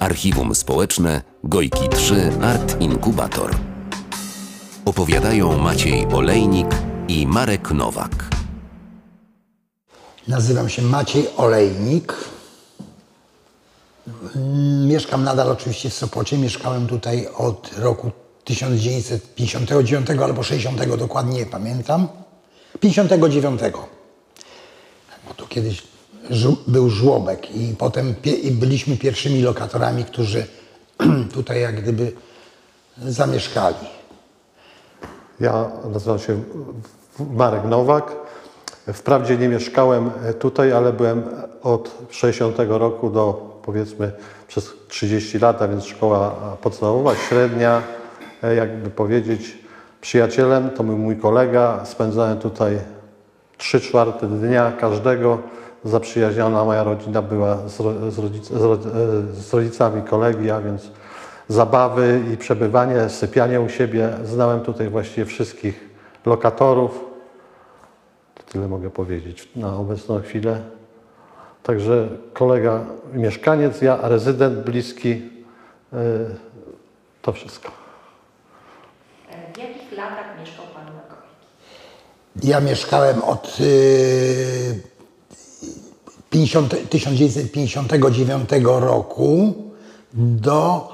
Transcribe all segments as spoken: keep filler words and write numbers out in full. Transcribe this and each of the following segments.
Archiwum Społeczne Gojki trzy Art Inkubator. Opowiadają Maciej Olejnik i Marek Nowak. Nazywam się Maciej Olejnik. Mieszkam nadal oczywiście w Sopocie. Mieszkałem tutaj od roku tysiąc dziewięćset pięćdziesiątego dziewiątego albo sześćdziesiątego, dokładnie nie pamiętam. pięćdziesiątego dziewiątego. Bo tu kiedyś był żłobek i potem i byliśmy pierwszymi lokatorami, którzy tutaj jak gdyby zamieszkali. Ja nazywam się Marek Nowak. Wprawdzie nie mieszkałem tutaj, ale byłem od sześćdziesiątego roku do, powiedzmy, przez trzydzieści lat, a więc szkoła podstawowa, średnia, jakby powiedzieć, przyjacielem. To był mój kolega. Spędzałem tutaj trzy czwarte dnia każdego. Zaprzyjaźniona moja rodzina była z, z, rodzic, z, z rodzicami kolegi, a więc zabawy i przebywanie, sypianie u siebie. Znałem tutaj właściwie wszystkich lokatorów. To tyle mogę powiedzieć na obecną chwilę. Także kolega mieszkaniec, ja rezydent bliski. To wszystko. W jakich latach mieszkał Pan na Gojki? Ja mieszkałem od yy, tysiąc dziewięćset pięćdziesiątego dziewiątego roku do,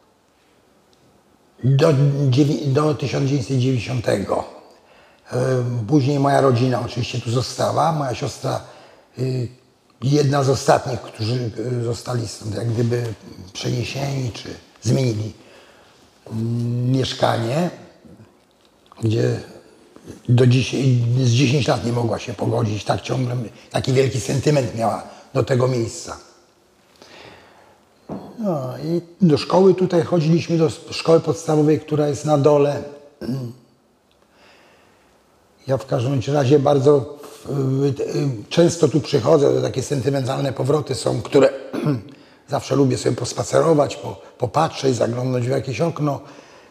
do, do tysiąc dziewięćset dziewięćdziesiątego. Później moja rodzina oczywiście tu została. Moja siostra, jedna z ostatnich, którzy zostali stąd jak gdyby przeniesieni czy zmienili mieszkanie, gdzie do dzisiaj, z dziesięć lat nie mogła się pogodzić. Tak ciągle, taki wielki sentyment miała do tego miejsca. No i do szkoły tutaj chodziliśmy, do szkoły podstawowej, która jest na dole. Ja w każdym razie bardzo często tu przychodzę, to takie sentymentalne powroty są, które zawsze lubię sobie pospacerować, popatrzeć, zaglądnąć w jakieś okno.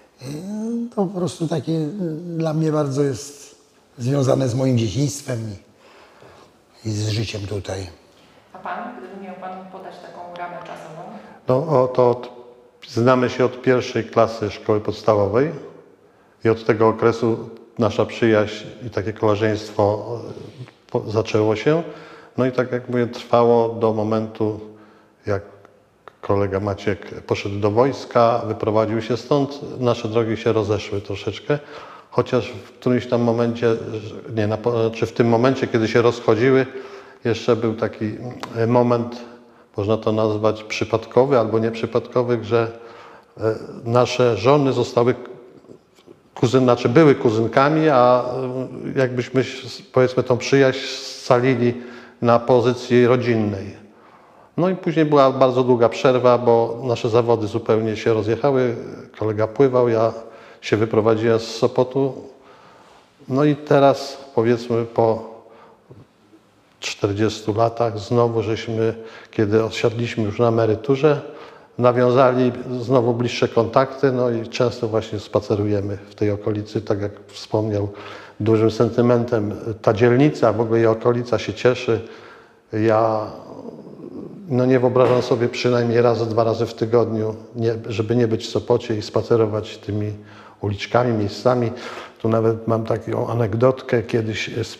To po prostu takie dla mnie bardzo jest związane z moim dzieciństwem i, i z życiem tutaj. A Pan, gdyby miał Pan podać taką ramę czasową? No, to od, znamy się od pierwszej klasy szkoły podstawowej i od tego okresu nasza przyjaźń i takie koleżeństwo zaczęło się. No i tak jak mówię, trwało do momentu, jak kolega Maciek poszedł do wojska, wyprowadził się stąd, nasze drogi się rozeszły troszeczkę, chociaż w którymś tam momencie, nie, na, czy w tym momencie, kiedy się rozchodziły, jeszcze był taki moment, można to nazwać przypadkowy albo nieprzypadkowy, że nasze żony zostały kuzyn, znaczy były kuzynkami, a jakbyśmy, powiedzmy, tą przyjaźń scalili na pozycji rodzinnej. No i później była bardzo długa przerwa, bo nasze zawody zupełnie się rozjechały. Kolega pływał, ja się wyprowadziłem z Sopotu. No i teraz, powiedzmy, po czterdziestu latach znowu żeśmy, kiedy osiadliśmy już na emeryturze, nawiązali znowu bliższe kontakty, no i często właśnie spacerujemy w tej okolicy, tak jak wspomniał, dużym sentymentem ta dzielnica, w ogóle jej okolica się cieszy. Ja no nie wyobrażam sobie przynajmniej raz, dwa razy w tygodniu, nie, żeby nie być w Sopocie i spacerować tymi uliczkami, miejscami. Tu nawet mam taką anegdotkę, kiedyś z,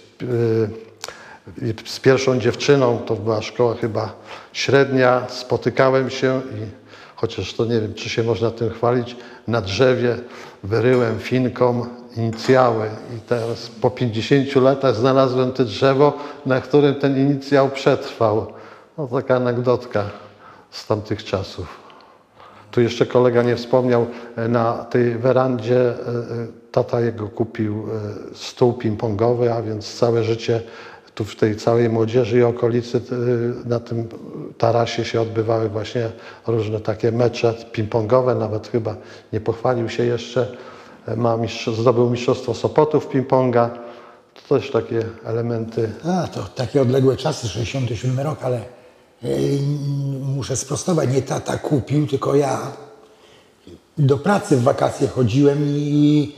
yy, z pierwszą dziewczyną, to była szkoła chyba średnia, spotykałem się i chociaż to nie wiem, czy się można tym chwalić, na drzewie wyryłem finką inicjały i teraz po pięćdziesięciu latach znalazłem to drzewo, na którym ten inicjał przetrwał. No taka anegdotka z tamtych czasów. Tu jeszcze kolega nie wspomniał, na tej werandzie tata jego kupił stół ping-pongowy, a więc całe życie tu w tej całej młodzieży i okolicy na tym tarasie się odbywały właśnie różne takie mecze ping-pongowe, nawet chyba nie pochwalił się jeszcze, ma mistrz, zdobył mistrzostwo Sopotu w ping-ponga. To też takie elementy. A, to takie odległe czasy, sześćdziesiąty siódmy rok, ale yy, muszę sprostować, nie tata kupił, tylko ja do pracy w wakacje chodziłem i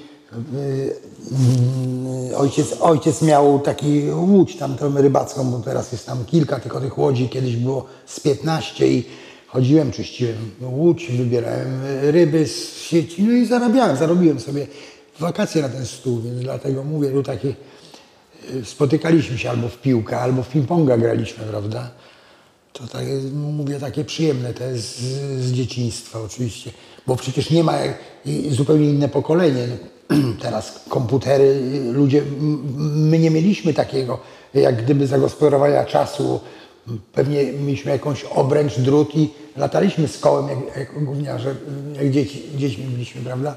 yy, ojciec, ojciec miał taki łódź tam tą rybacką, bo teraz jest tam kilka tylko tych łodzi, kiedyś było z piętnaście i chodziłem, czyściłem łódź, wybierałem ryby z sieci, no i zarabiałem, zarobiłem sobie wakacje na ten stół, więc dlatego mówię, tu takie spotykaliśmy się albo w piłkę, albo w ping-ponga graliśmy, prawda? To tak, mówię, takie przyjemne to jest z, z dzieciństwa oczywiście, bo przecież nie ma jak, zupełnie inne pokolenie. Teraz komputery, ludzie, my nie mieliśmy takiego, jak gdyby zagospodarowania czasu. Pewnie mieliśmy jakąś obręcz, drut i lataliśmy z kołem, jak, jak gówniarze, jak dzieci, dziećmi byliśmy, prawda?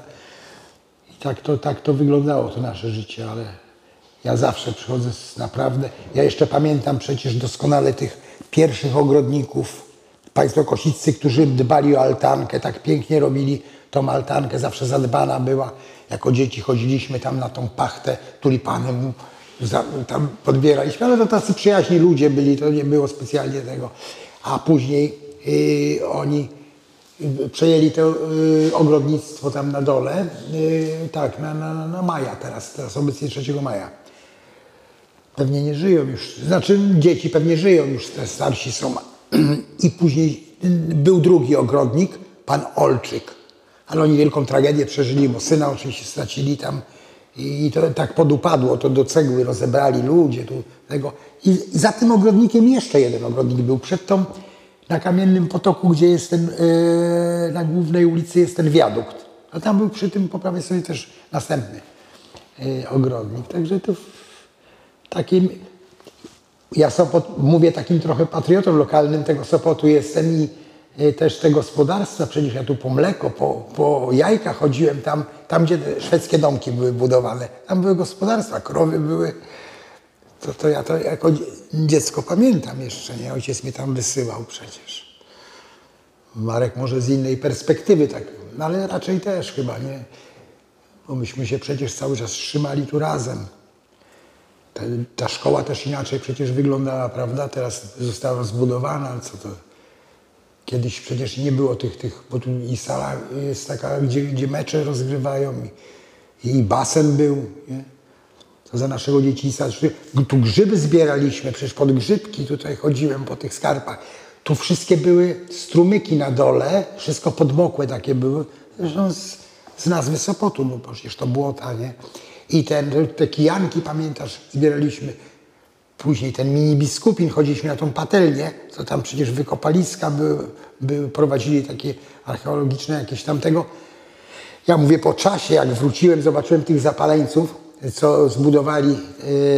I tak to, tak to wyglądało, to nasze życie, ale ja zawsze przychodzę z naprawdę... Ja jeszcze pamiętam przecież doskonale tych pierwszych ogrodników, państwo kosiccy, którzy dbali o altankę, tak pięknie robili tą altankę, zawsze zadbana była. Jako dzieci chodziliśmy tam na tą pachtę, tulipany za, tam podbieraliśmy, ale to tacy przyjaźni ludzie byli, to nie było specjalnie tego. A później yy, oni przejęli to yy, ogrodnictwo tam na dole, yy, tak, na, na, na maja teraz, teraz obecnie trzeciego maja. Pewnie nie żyją już, znaczy dzieci pewnie żyją już, te starsi są. I później był drugi ogrodnik, pan Olczyk. Ale oni wielką tragedię przeżyli, bo syna oczywiście stracili tam i to tak podupadło, to do cegły rozebrali ludzie. Tu, tego. I za tym ogrodnikiem jeszcze jeden ogrodnik był, przed tą, na Kamiennym Potoku, gdzie jest ten, yy, na głównej ulicy jest ten wiadukt. A tam był przy tym po prawej stronie też następny yy, ogrodnik. Także to takim, ja Sopot, mówię takim trochę patriotą lokalnym tego Sopotu jestem i też te gospodarstwa, przecież ja tu po mleko, po, po jajka chodziłem tam, tam gdzie te szwedzkie domki były budowane, tam były gospodarstwa, krowy były, to, to ja to jako dziecko pamiętam jeszcze, nie? Ojciec mnie tam wysyłał przecież. Marek może z innej perspektywy, tak, no ale raczej też chyba, nie? Bo myśmy się przecież cały czas trzymali tu razem. Ta, ta szkoła też inaczej przecież wyglądała, prawda? Teraz została zbudowana, co to... Kiedyś przecież nie było tych, tych bo tu i sala jest taka, gdzie, gdzie mecze rozgrywają i, i basen był, nie? To za naszego dzieciństwa. Tu grzyby zbieraliśmy, przecież pod grzybki tutaj chodziłem po tych skarpach. Tu wszystkie były strumyki na dole, wszystko podmokłe takie były, zresztą z, z nazwy Sopotu, no przecież to błota, nie? I ten, te kijanki, pamiętasz, zbieraliśmy. Później ten mini biskupin, chodziliśmy na tą patelnię, to tam przecież wykopaliska były, były, prowadzili takie archeologiczne jakieś tamtego. Ja mówię, po czasie, jak wróciłem, zobaczyłem tych zapaleńców, co zbudowali yy,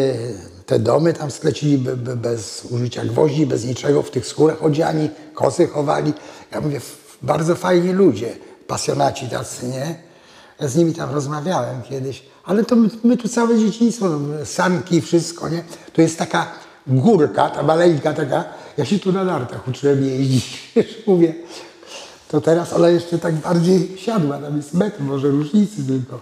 te domy, tam sklecili be, be, bez użycia gwoździ, bez niczego, w tych skórach odziani, kosy chowali. Ja mówię, bardzo fajni ludzie, pasjonaci tacy, nie? Ja z nimi tam rozmawiałem kiedyś, ale to my, my tu całe dzieciństwo, no, sanki, wszystko, nie? To jest taka górka, ta maleńka taka, ja się tu na nartach uczyłem jeździć, wiesz, mówię, to teraz ona jeszcze tak bardziej siadła, tam jest metr, może różnicy tylko.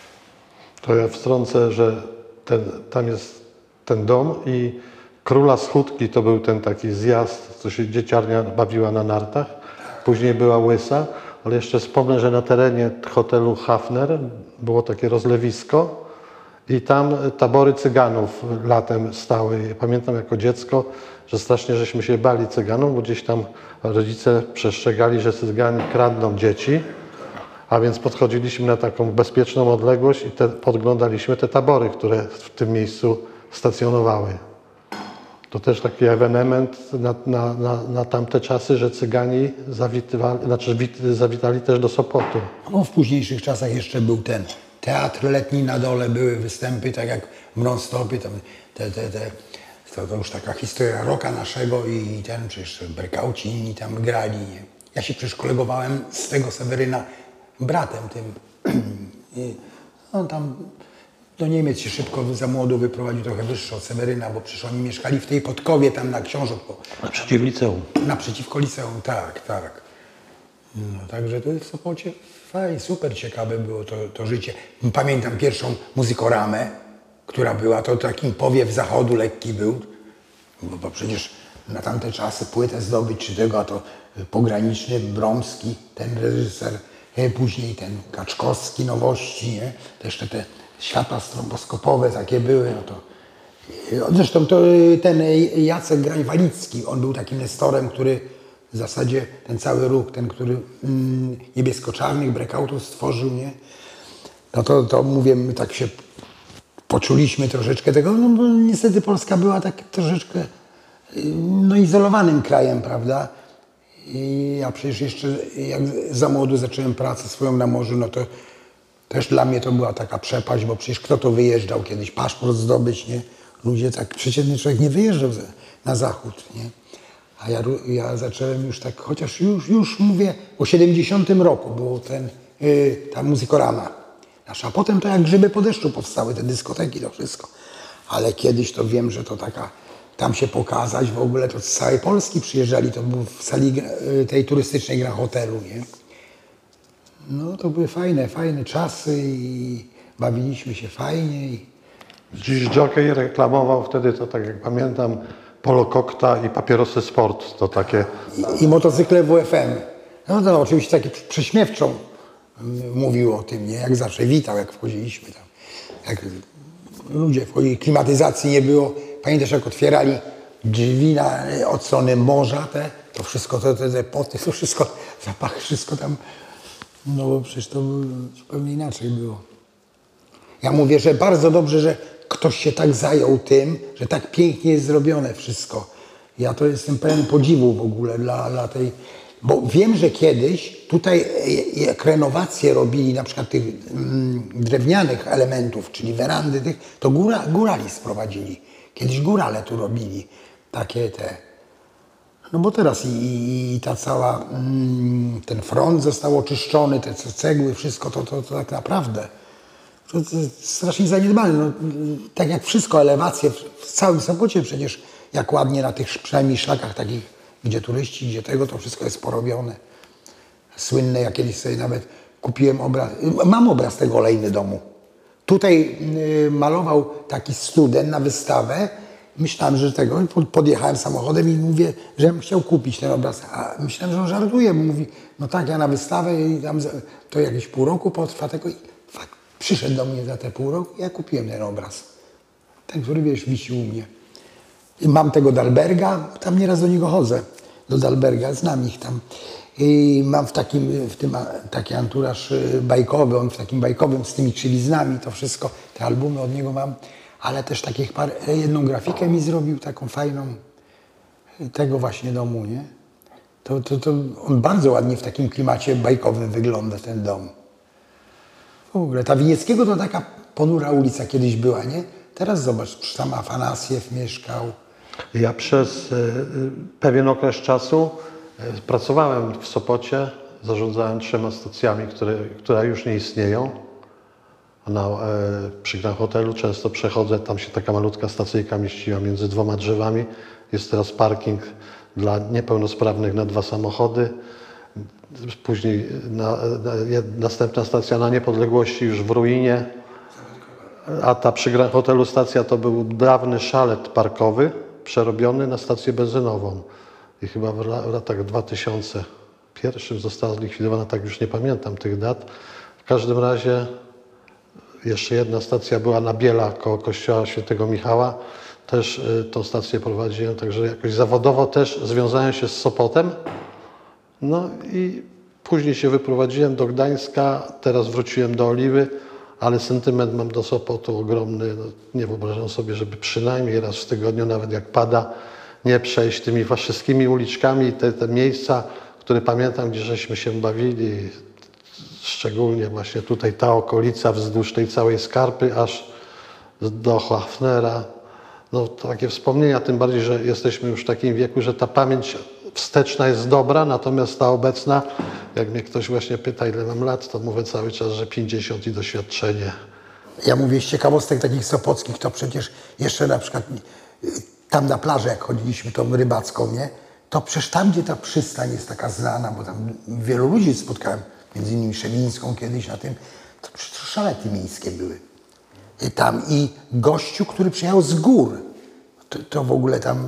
To ja wtrącę, że ten, tam jest ten dom i Króla Schódki to był ten taki zjazd, co się dzieciarnia bawiła na nartach, później była Łysa. Ale jeszcze wspomnę, że na terenie hotelu Hafner było takie rozlewisko i tam tabory cyganów latem stały. Pamiętam jako dziecko, że strasznie żeśmy się bali cyganów, bo gdzieś tam rodzice przestrzegali, że cygani kradną dzieci, a więc podchodziliśmy na taką bezpieczną odległość i te, podglądaliśmy te tabory, które w tym miejscu stacjonowały. To też taki ewenement na, na, na, na tamte czasy, że Cygani zawitywali, znaczy wit, zawitali też do Sopotu. No, w późniejszych czasach jeszcze był ten teatr letni na dole, były występy, tak jak w non-stopie, tam te, te, te, to, to już taka historia rocka naszego i ten przecież Brekauci inni tam grali. Nie? Ja się przecież kolegowałem z tego Seweryna bratem tym. I on tam do Niemiec się szybko za młodu wyprowadził, trochę wyższy od Seweryna, bo przecież oni mieszkali w tej Podkowie, tam na Książok. Naprzeciw liceum. Naprzeciwko liceum, tak, tak. No, także to jest w Sopocie fajnie, super ciekawe było to, to życie. Pamiętam pierwszą muzykoramę, która była, to takim powiew zachodu lekki był, bo, bo przecież na tamte czasy płytę zdobyć czy tego, a to pograniczny, Bromski, ten reżyser, później ten Kaczkowski, Nowości, nie? To jeszcze te światła stromboskopowe takie były, no to... Zresztą to ten Jacek Grań-Walicki, on był takim nestorem, który w zasadzie ten cały ruch, ten, który mm, niebiesko-czarnych breakoutów stworzył, nie? No to, to mówię, my tak się poczuliśmy troszeczkę tego, no bo niestety Polska była tak troszeczkę no, izolowanym krajem, prawda? I ja przecież jeszcze jak za młodu zacząłem pracę swoją na morzu, no to też dla mnie to była taka przepaść, bo przecież kto to wyjeżdżał kiedyś, paszport zdobyć, nie? Ludzie tak, przeciętny człowiek nie wyjeżdżał na zachód, nie? A ja, ja zacząłem już tak, chociaż już, już mówię, po siedemdziesiątym roku było ten, yy, ta muzykorama nasza. A potem to jak grzyby po deszczu powstały, te dyskoteki, to wszystko. Ale kiedyś to wiem, że to taka, tam się pokazać, w ogóle to z całej Polski przyjeżdżali, to było w sali yy, tej turystycznej Grand Hotelu, nie? No to były fajne, fajne czasy i bawiliśmy się fajnie. I... Dziś jockey reklamował wtedy, to tak jak pamiętam, Polo Kokta i papierosy Sport, to takie... I, i motocykle W F M. No to oczywiście takie prześmiewczą mówił o tym, nie? Jak zawsze witał, jak wchodziliśmy tam. Jak ludzie wchodzili, klimatyzacji nie było. Pamiętasz, jak otwierali drzwi na, od strony morza, te, to wszystko, te, te, te poty, to wszystko, zapach, wszystko tam, no bo przecież to zupełnie inaczej było. Ja mówię, że bardzo dobrze, że ktoś się tak zajął tym, że tak pięknie jest zrobione wszystko. Ja to jestem pełen podziwu w ogóle dla, dla tej... Bo wiem, że kiedyś tutaj jak renowacje robili na przykład tych mm, drewnianych elementów, czyli werandy tych, to góra, górali sprowadzili. Kiedyś górale tu robili takie te... No bo teraz i, i ta cała... Mm, ten front został oczyszczony, te cegły, wszystko to, to, to tak naprawdę... To, to strasznie zaniedbane. No, tak jak wszystko, elewacje w, w całym Sopocie przecież, jak ładnie na tych przynajmniej szlakach takich, gdzie turyści, gdzie tego, to wszystko jest porobione. Słynne, ja kiedyś sobie nawet kupiłem obraz, mam obraz tego Olejny domu. Tutaj y, malował taki student na wystawę. Myślałem, że tego, podjechałem samochodem i mówię, że bym chciał kupić ten obraz. A myślałem, że on żartuje, bo mówi, no tak, ja na wystawę i tam to jakieś pół roku potrwa tego i fakt. Przyszedł do mnie za te pół roku i ja kupiłem ten obraz. Ten, który wiesz, wisi u mnie. I mam tego Dalberga, tam nieraz do niego chodzę. Do Dalberga, znam ich tam. I mam w takim, w tym taki anturaż bajkowy, on w takim bajkowym z tymi krzywiznami, to wszystko. Te albumy od niego mam, ale też takich parę, jedną grafikę mi zrobił, taką fajną, tego właśnie domu, nie? To, to, to on bardzo ładnie w takim klimacie bajkowym wygląda, ten dom. W ogóle ta Winieckiego to taka ponura ulica kiedyś była, nie? Teraz zobacz, tam Afanasjew mieszkał. Ja przez y, pewien okres czasu y, pracowałem w Sopocie, zarządzałem trzema stacjami, które, które już nie istnieją. Na, y, przy Grand Hotelu często przechodzę, tam się taka malutka stacyjka mieściła między dwoma drzewami. Jest teraz parking dla niepełnosprawnych na dwa samochody. Później na, na, następna stacja na Niepodległości już w ruinie, a ta przy Grand Hotelu stacja to był dawny szalet parkowy, przerobiony na stację benzynową. I chyba w, w latach dwa tysiące pierwszym została zlikwidowana, tak już nie pamiętam tych dat. W każdym razie jeszcze jedna stacja była na Biela koło kościoła Świętego Michała. Też y, tą stację prowadziłem, także jakoś zawodowo też związałem się z Sopotem. No i później się wyprowadziłem do Gdańska, teraz wróciłem do Oliwy, ale sentyment mam do Sopotu ogromny. No, nie wyobrażam sobie, żeby przynajmniej raz w tygodniu, nawet jak pada, nie przejść tymi wszystkimi uliczkami, te, te miejsca, które pamiętam, gdzie żeśmy się bawili, szczególnie właśnie tutaj ta okolica wzdłuż tej całej Skarpy, aż do Hafnera. No takie wspomnienia, tym bardziej, że jesteśmy już w takim wieku, że ta pamięć wsteczna jest dobra, natomiast ta obecna, jak mnie ktoś właśnie pyta, ile mam lat, to mówię cały czas, że pięćdziesiąt i doświadczenie. Ja mówię z ciekawostek takich sopockich, to przecież jeszcze na przykład tam na plażę, jak chodziliśmy tą rybacką, nie? To przecież tam, gdzie ta przystań jest taka znana, bo tam wielu ludzi spotkałem, między innymi Szewińską kiedyś na tym, to przecież szalety miejskie były. I tam i gościu, który przyjechał z gór, to, to w ogóle tam,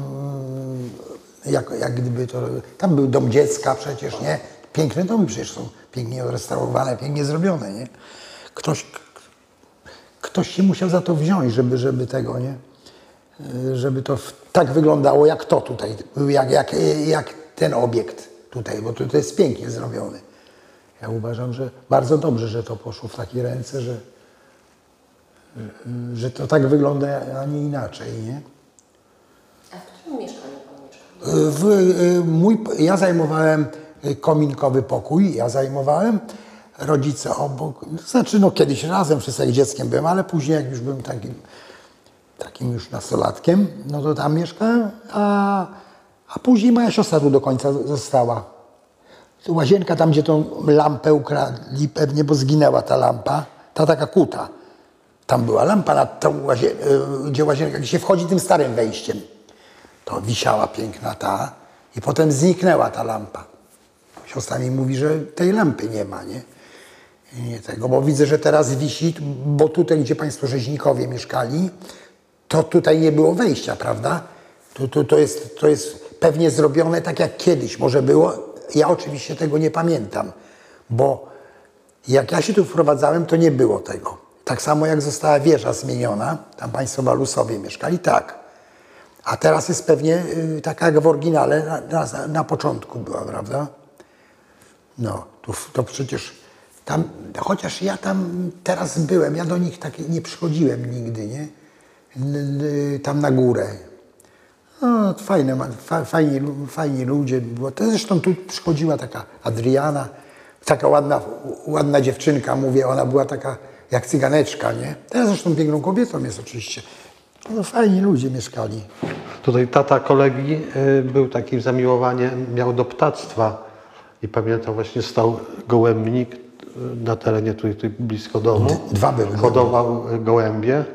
jak, jak gdyby to, tam był dom dziecka przecież, nie? Piękne domy przecież są, pięknie odrestaurowane, pięknie zrobione, nie? Ktoś, ktoś się musiał za to wziąć, żeby, żeby tego, nie? Żeby to tak wyglądało jak to tutaj, jak, jak, jak ten obiekt tutaj, bo to, to jest pięknie zrobiony. Ja uważam, że bardzo dobrze, że to poszło w takie ręce, że, że to tak wygląda, a nie inaczej, nie? A w którym mieszkaniu pan mieszkał? W, mój, ja zajmowałem kominkowy pokój, ja zajmowałem, rodzice obok, znaczy no kiedyś razem, wszyscy jak dzieckiem byłem, ale później jak już byłem takim, takim już nastolatkiem, no to tam mieszkałem, a, a później moja siostra tu do końca została. Tu łazienka, tam gdzie tą lampę ukradli pewnie, bo zginęła ta lampa, ta taka kuta. Tam była lampa nad tą łazien gdzie łazienka, gdzie się wchodzi tym starym wejściem. To wisiała piękna ta i potem zniknęła ta lampa. Siostra mi mówi, że tej lampy nie ma, nie? Nie tego, bo widzę, że teraz wisi, bo tutaj, gdzie państwo rzeźnikowie mieszkali, to tutaj nie było wejścia, prawda? Tu, tu, to, jest, to jest pewnie zrobione tak, jak kiedyś może było. Ja oczywiście tego nie pamiętam, bo jak ja się tu wprowadzałem, to nie było tego. Tak samo jak została wieża zmieniona, tam państwo Balusowie mieszkali, tak. A teraz jest pewnie y, taka jak w oryginale na, na, na początku była, prawda? No, to, to przecież tam, chociaż ja tam teraz byłem, ja do nich tak nie przychodziłem nigdy, nie? Tam na górę. No, fajne, fajni, fajni ludzie. Było. To zresztą tu przychodziła taka Adriana, taka ładna, ładna dziewczynka, mówię, ona była taka jak cyganeczka, nie? Teraz zresztą piękną kobietą jest oczywiście. No, fajni ludzie mieszkali. Tutaj tata kolegi y, był takim zamiłowaniem, miał do ptactwa i pamiętam właśnie stał gołębnik y, na terenie tutaj, tutaj blisko domu. D dwa były. Hodował gołębie,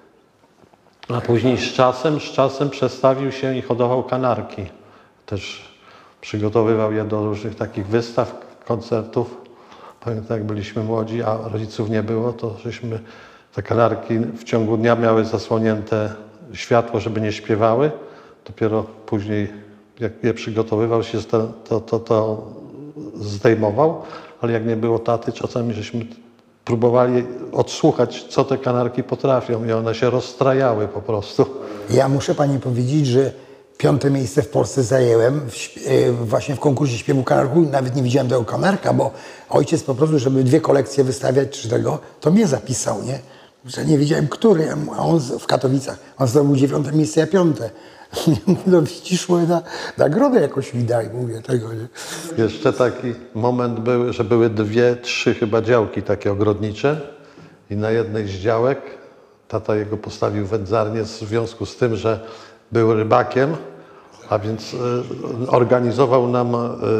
a później z czasem, z czasem przestawił się i hodował kanarki. Też przygotowywał je do różnych takich wystaw, koncertów. Pamiętam, jak byliśmy młodzi, a rodziców nie było, to żeśmy te kanarki w ciągu dnia miały zasłonięte światło, żeby nie śpiewały. Dopiero później, jak je przygotowywał się, to, to, to, to zdejmował. Ale jak nie było taty, czasami żeśmy próbowali odsłuchać, co te kanarki potrafią i one się rozstrajały po prostu. Ja muszę pani powiedzieć, że piąte miejsce w Polsce zajęłem w, właśnie w konkursie śpiewu kanarku. Nawet nie widziałem tego kanarka, bo ojciec po prostu, żeby dwie kolekcje wystawiać czy tego, to mnie zapisał, nie? Że nie wiedziałem, który, a on w Katowicach. On zdobył dziewiąte miejsce, ja piąte. No widzisz, na nagrodę jakoś mi daj, mówię tego, nie? Jeszcze taki moment był, że były dwie, trzy chyba działki takie ogrodnicze i na jednej z działek tata jego postawił wędzarnię w związku z tym, że był rybakiem, a więc y, organizował nam y,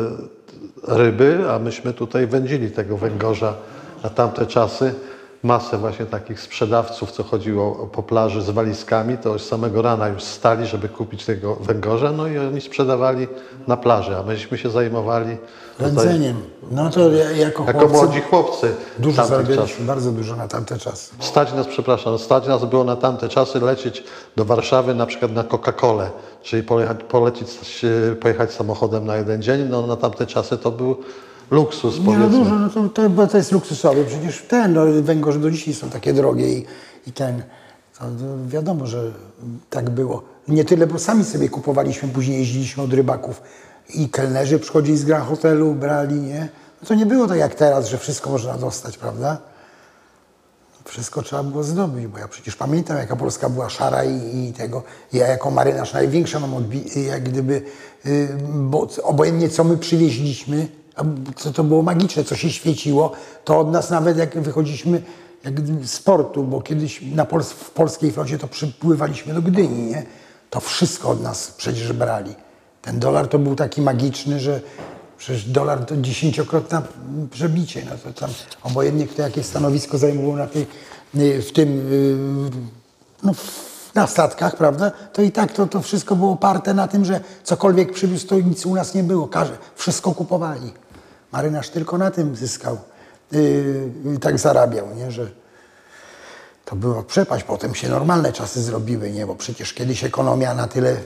ryby, a myśmy tutaj wędzili tego węgorza na tamte czasy. Masę właśnie takich sprzedawców, co chodziło po plaży z walizkami, to z samego rana już stali, żeby kupić tego węgorza, no i oni sprzedawali na plaży, a myśmy się zajmowali wędzeniem. No to ja, jako, jako chłopcy, młodzi chłopcy. Dużo zarobiliśmy, bardzo dużo na tamte czasy. Stać nas, przepraszam, stać nas było na tamte czasy lecieć do Warszawy na przykład na Coca-Colę, czyli pojechać, polecić, pojechać samochodem na jeden dzień, no na tamte czasy to był luksus, Nie, powiedzmy. no dużo, no to, to, bo to jest luksusowy. Przecież ten, no, węgorze do dzisiaj są takie drogie i, i ten, to, to wiadomo, że tak było. Nie tyle, bo sami sobie kupowaliśmy, później jeździliśmy od rybaków i kelnerzy przychodzili z Grand Hotelu, brali, nie? No to nie było tak jak teraz, że wszystko można dostać, prawda? Wszystko trzeba było zdobyć, bo ja przecież pamiętam, jaka Polska była szara i, i tego. Ja jako marynarz największe mam odbi- jak gdyby, yy, bo obojętnie co my przywieźliśmy, co to było magiczne, co się świeciło, to od nas nawet jak wychodziliśmy jak gdyby z portu, bo kiedyś na Pols w polskiej flocie to przypływaliśmy do Gdyni, nie? To wszystko od nas przecież brali. Ten dolar to był taki magiczny, że przecież dolar to dziesięciokrotne przebicie. No to tam obojętnie kto jakie stanowisko zajmował na tej, w tym, no, na statkach, prawda? To i tak to, to wszystko było oparte na tym, że cokolwiek przywiózł, to nic u nas nie było. Każdy, wszystko kupowali. Marynarz tylko na tym zyskał. Yy, tak zarabiał, nie? Że to była przepaść. Potem się normalne czasy zrobiły, nie? Bo przecież kiedyś ekonomia na tyle,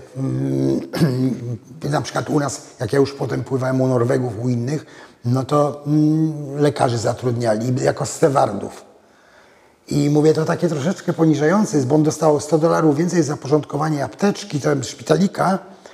yy, na przykład u nas, jak ja już potem pływałem u Norwegów, u innych, no to yy, lekarzy zatrudniali jako stewardów. I mówię, to takie troszeczkę poniżające jest, bo on dostał sto dolarów więcej za porządkowanie apteczki, to szpitalika,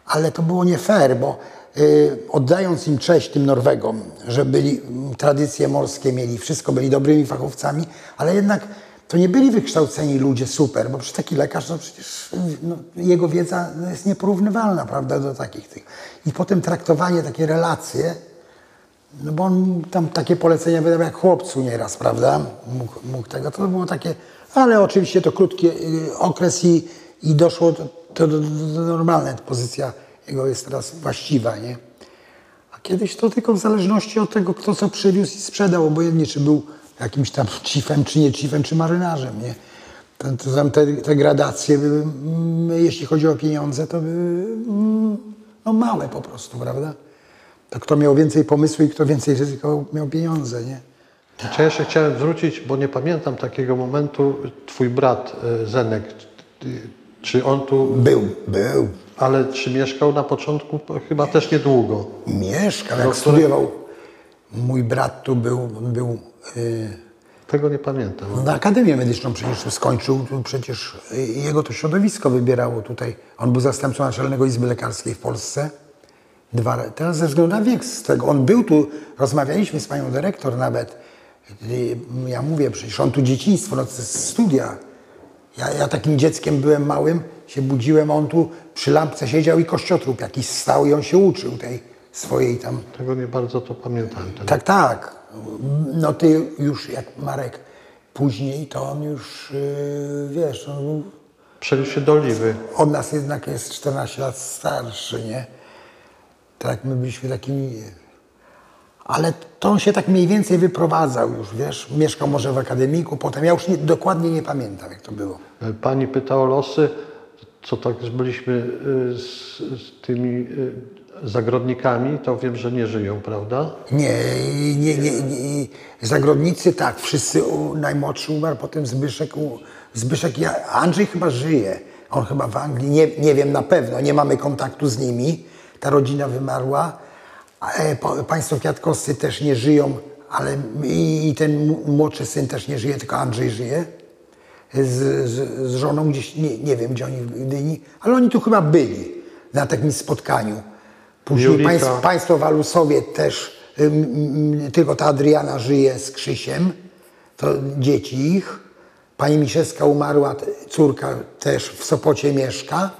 ale to było nie fair, bo y, oddając im cześć tym Norwegom, że byli m, tradycje morskie mieli, wszystko byli dobrymi fachowcami, ale jednak to nie byli wykształceni ludzie super, bo przecież taki lekarz, no przecież no, jego wiedza jest nieporównywalna, prawda, do takich tych. I potem traktowanie, takie relacje, no bo on tam takie polecenia wydał jak chłopcu nieraz, prawda, mógł, mógł tego, to było takie, ale oczywiście to krótki y, okres i, i doszło to, to, to, to normalne, pozycja jego jest teraz właściwa, nie? A kiedyś to tylko w zależności od tego, kto co przywiózł i sprzedał, obojętnie czy był jakimś tam chiefem, czy nie chiefem, czy marynarzem, nie? To, to tam te, te gradacje były, mm, jeśli chodzi o pieniądze, to były mm, no małe po prostu, prawda? To kto miał więcej pomysłu i kto więcej ryzykował, miał pieniądze, nie? Czy ja jeszcze chciałem zwrócić, bo nie pamiętam takiego momentu, twój brat e, Zenek, ty- czy on tu, Był, był. ale czy mieszkał na początku? Chyba też niedługo. Mieszkał, jak Do którego- studiował. Mój brat tu był, był y, Tego nie pamiętam. na Akademię Medyczną przecież skończył, tu przecież y, jego to środowisko wybierało tutaj. On był zastępcą Naczelnego Izby Lekarskiej w Polsce. Dwa, teraz ze względu na wiek z tego, on był tu, rozmawialiśmy z panią dyrektor nawet. Y, Ja mówię, przecież on tu dzieciństwo, no to jest studia. Ja, ja takim dzieckiem byłem małym, się budziłem, on tu przy lampce siedział i kościotrup jakiś stał i on się uczył tej swojej tam. Tego nie bardzo to pamiętam. Ten. Tak, tak. No ty już jak Marek później, to on już, yy, wiesz, on był, Przeniósł się do Oliwy. od nas jednak jest czternaście lat starszy, nie? Tak, my byliśmy takimi... Ale to on się tak mniej więcej wyprowadzał już, wiesz, mieszkał może w akademiku, potem, ja już nie, dokładnie nie pamiętam, jak to było. Pani pyta o losy, co tak byliśmy y, z, z tymi y, zagrodnikami, to wiem, że nie żyją, prawda? Nie, nie, nie, nie. Zagrodnicy tak, wszyscy, u, najmłodszy umarł, potem Zbyszek, u, Zbyszek, ja, Andrzej chyba żyje, on chyba w Anglii, nie, nie wiem na pewno, nie mamy kontaktu z nimi, ta rodzina wymarła, e, po, państwo Kwiatkowscy też nie żyją, ale i, i ten młodszy syn też nie żyje, tylko Andrzej żyje z, z, z żoną gdzieś, nie, nie wiem gdzie oni w Gdyni, ale oni tu chyba byli na takim spotkaniu. Później Julika. państwo, państwo Walusowie też, ym, ym, tylko ta Adriana żyje z Krzysiem, to dzieci ich. Pani Miszewska umarła, t- córka też w Sopocie mieszka.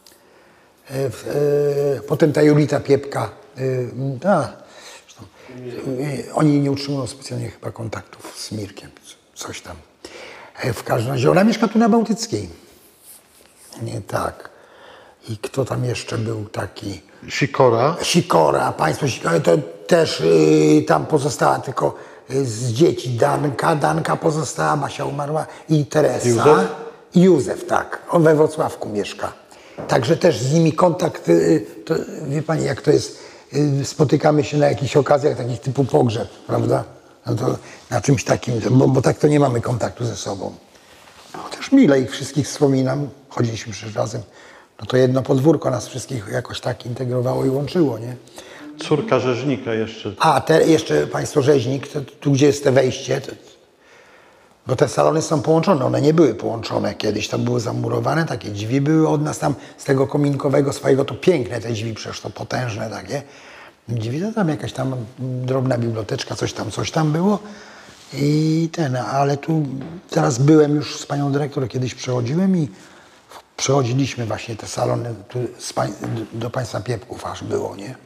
E, w, e, potem ta Julita Piepka, e, a, zresztą, e, oni nie utrzymują specjalnie chyba kontaktów z Mirkiem, c- coś tam. E, w każdym razie ona mieszka tu na Bałtyckiej. Nie tak. I kto tam jeszcze był taki? Sikora. Sikora, państwo Sikora, to też y, tam pozostała tylko y, z dzieci Danka, Danka pozostała, Basia umarła i Teresa. Józef? I Józef, tak. On we Wrocławku mieszka. Także też z nimi kontakt, y, to, wie pani jak to jest, y, spotykamy się na jakichś okazjach takich typu pogrzeb, prawda? No to na czymś takim, bo, bo tak to nie mamy kontaktu ze sobą. No, też mile ich wszystkich wspominam, chodziliśmy przecież razem. No to jedno podwórko nas wszystkich jakoś tak integrowało i łączyło, nie? Córka rzeźnika jeszcze. A, te, jeszcze państwo Rzeźnik, to, tu gdzie jest te wejście, to, bo te salony są połączone, one nie były połączone kiedyś, to były zamurowane, takie drzwi były od nas tam, z tego kominkowego swojego, to piękne te drzwi, przecież to potężne takie. Drzwi to tam jakaś tam drobna biblioteczka, coś tam, coś tam było. I ten, ale tu teraz byłem już z panią dyrektor, kiedyś przechodziłem i przechodziliśmy właśnie te salony tu z pań, do państwa Piepków aż było, nie?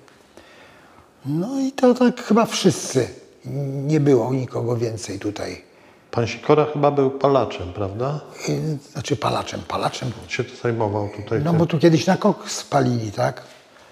No i to tak chyba wszyscy. Nie było nikogo więcej tutaj. Pan Sikora chyba był palaczem, prawda? Y, Znaczy palaczem, palaczem. Się to zajmował tutaj. No tym. bo tu kiedyś na kok spalili, tak?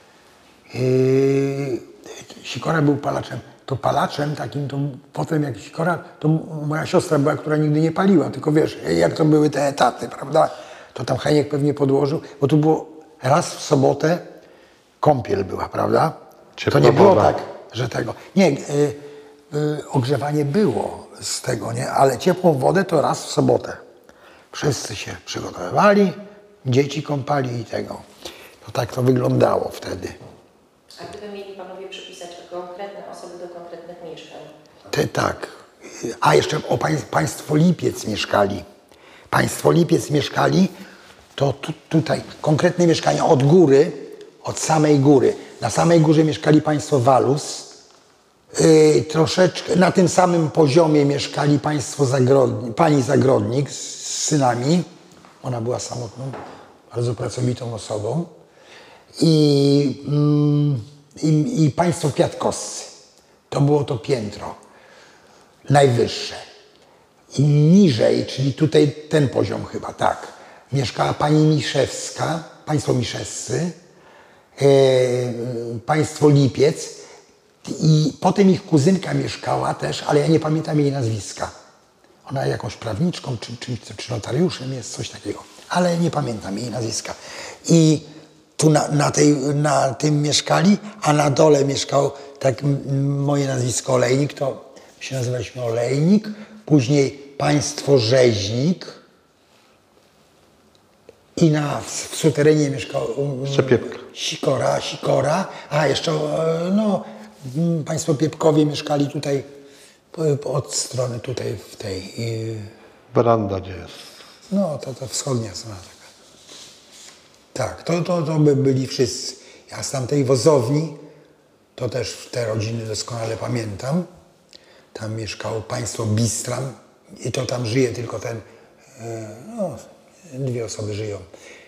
Yy, Sikora był palaczem. To palaczem takim, to potem jak Sikora, to moja siostra była, która nigdy nie paliła, tylko wiesz, jak to były te etaty, prawda? To tam Heniek pewnie podłożył, bo tu było raz w sobotę kąpiel była, prawda? Ciepła to nie było woda. tak, że tego. Nie, yy, yy, ogrzewanie było z tego, nie? Ale ciepłą wodę to raz w sobotę. Wszyscy się przygotowywali, dzieci kąpali i tego. To tak to wyglądało wtedy. A gdyby mieli panowie przypisać konkretne osoby do konkretnych mieszkań? Te, tak. A jeszcze o pań, państwo Lipiec mieszkali. Państwo Lipiec mieszkali, to tu, tutaj konkretne mieszkania od góry, od samej góry. Na samej górze mieszkali państwo Walus. Yy, troszeczkę na tym samym poziomie mieszkali państwo Zagrodni, pani Zagrodnik z synami. Ona była samotną, bardzo pracowitą osobą. I, mm, i, i państwo Kwiatkowscy. To było to piętro najwyższe. I niżej, czyli tutaj ten poziom chyba, tak, mieszkała pani Miszewska, państwo Miszewscy, e, państwo Lipiec i potem ich kuzynka mieszkała też, ale ja nie pamiętam jej nazwiska. Ona jakąś prawniczką, czy, czy, czy notariuszem jest, coś takiego, ale nie pamiętam jej nazwiska. I tu na, na, tej, na tym mieszkali, a na dole mieszkał, tak moje nazwisko Olejnik, to się nazywaliśmy Olejnik, później państwo Rzeźnik i na, w suterenie mieszkał Szczepiepka. Sikora, Sikora, a jeszcze no, państwo Piepkowie mieszkali tutaj od strony tutaj w tej... Weranda gdzie jest? No, to, to wschodnia strona taka. Tak, to, to, to by byli wszyscy. Ja z tamtej Wozowni, to też te rodziny doskonale pamiętam. Tam mieszkało państwo Bistram i to tam żyje tylko ten, no, dwie osoby żyją.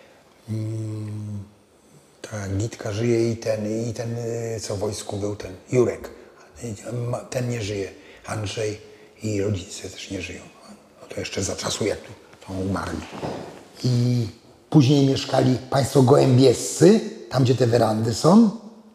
Ta Gitka żyje i ten, i ten, co w wojsku był, ten Jurek. Ten nie żyje. Andrzej i rodzice też nie żyją. No to jeszcze za czasu, jak tu są umarli. I później mieszkali państwo Gołębiescy, tam gdzie te werandy są.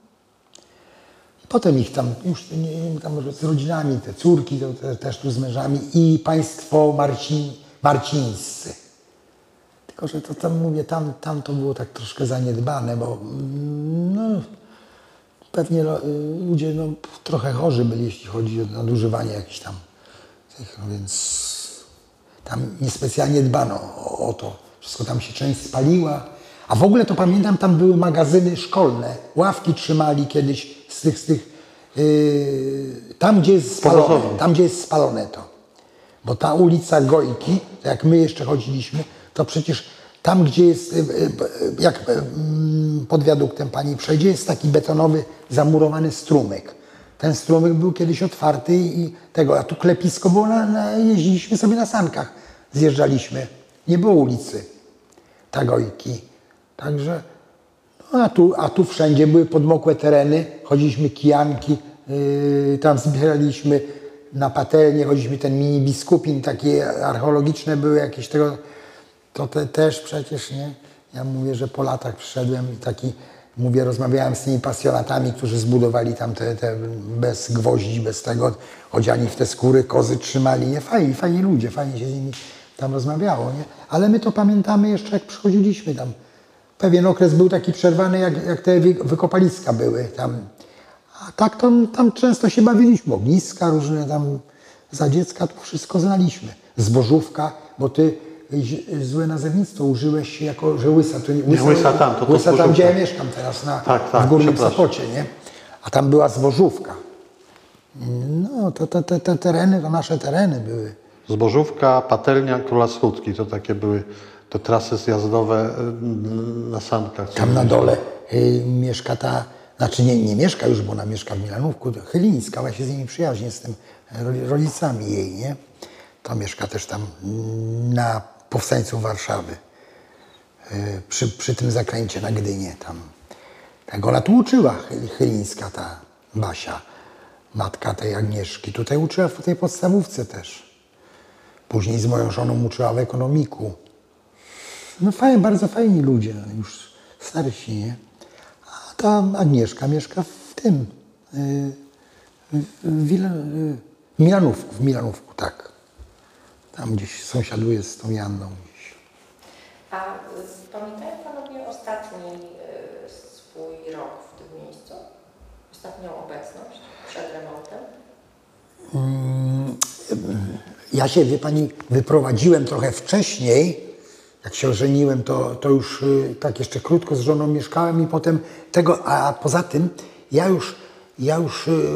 Potem ich tam, już nie, tam może z rodzinami, te córki to te, też tu z mężami i państwo Marci, Marcińscy. Tylko że to tam mówię, tam, tam to było tak troszkę zaniedbane, bo no, pewnie ludzie no, trochę chorzy byli, jeśli chodzi o nadużywanie jakichś tam tych, no więc tam niespecjalnie dbano o, o to. Wszystko tam się część spaliła. A w ogóle to pamiętam, tam były magazyny szkolne. Ławki trzymali kiedyś z tych, z tych yy, tam, gdzie jest spalone, tam, gdzie jest spalone to. Bo ta ulica Gojki, jak my jeszcze chodziliśmy, to przecież tam, gdzie jest, yy, yy, jak yy, pod wiaduktem pani przejdzie, jest taki betonowy, zamurowany strumyk. Ten strumyk był kiedyś otwarty i tego, a tu klepisko było, na, na, jeździliśmy sobie na sankach, zjeżdżaliśmy. Nie było ulicy Gojki. Także, no a, tu, a tu wszędzie były podmokłe tereny, chodziliśmy kijanki, yy, tam zbieraliśmy na patelnię, chodziliśmy ten mini biskupin, takie archeologiczne były jakieś tego, to te, też przecież, nie? Ja mówię, że po latach przyszedłem i taki, mówię, rozmawiałem z tymi pasjonatami, którzy zbudowali tam te, te bez gwoździ, bez tego, odziani w te skóry, kozy trzymali, nie? Fajni, fajni ludzie, fajnie się z nimi tam rozmawiało, nie? Ale my to pamiętamy jeszcze, jak przychodziliśmy tam. Pewien okres był taki przerwany, jak, jak te wykopaliska były tam. A tak to tam często się bawiliśmy. Ogniska różne tam, za dziecka to wszystko znaliśmy. Zbożówka, bo ty złe nazewnictwo użyłeś jako, że Łysa. To nie, łysa, nie, Łysa tam, to, to Łysa tam, gdzie ja mieszkam teraz, na, tak, tak, w Górnym Sopocie, nie? A tam była Zbożówka. No, to, to, te, te tereny, to nasze tereny były. Zbożówka, Patelnia, Króla Schódki, to takie były te trasy zjazdowe na sankach. Tam na dole y, mieszka ta, znaczy nie, nie mieszka już, bo ona mieszka w Milanówku, Chylińska, ale się z nimi przyjaźni, z tym rodzicami jej, nie? To mieszka też tam na Powstańców Warszawy, y, przy, przy tym zakręcie na Gdynię tam. Tak ona tu uczyła, Chylińska, ta Basia, matka tej Agnieszki. Tutaj uczyła w tej podstawówce też. Później z moją żoną uczyła w ekonomiku. No fajnie, bardzo fajni ludzie, już starsi, nie? A ta Agnieszka mieszka w tym, w, Wila, w Milanówku, w Milanówku, tak. Tam gdzieś sąsiaduje z tą Janną gdzieś. A pamiętają panowie ostatni swój rok w tym miejscu? Ostatnią obecność przed remontem? Hmm, ja się, wie pani, wyprowadziłem trochę wcześniej. Jak się ożeniłem, to, to już y, tak jeszcze krótko z żoną mieszkałem i potem tego, a poza tym ja już, ja już y, y,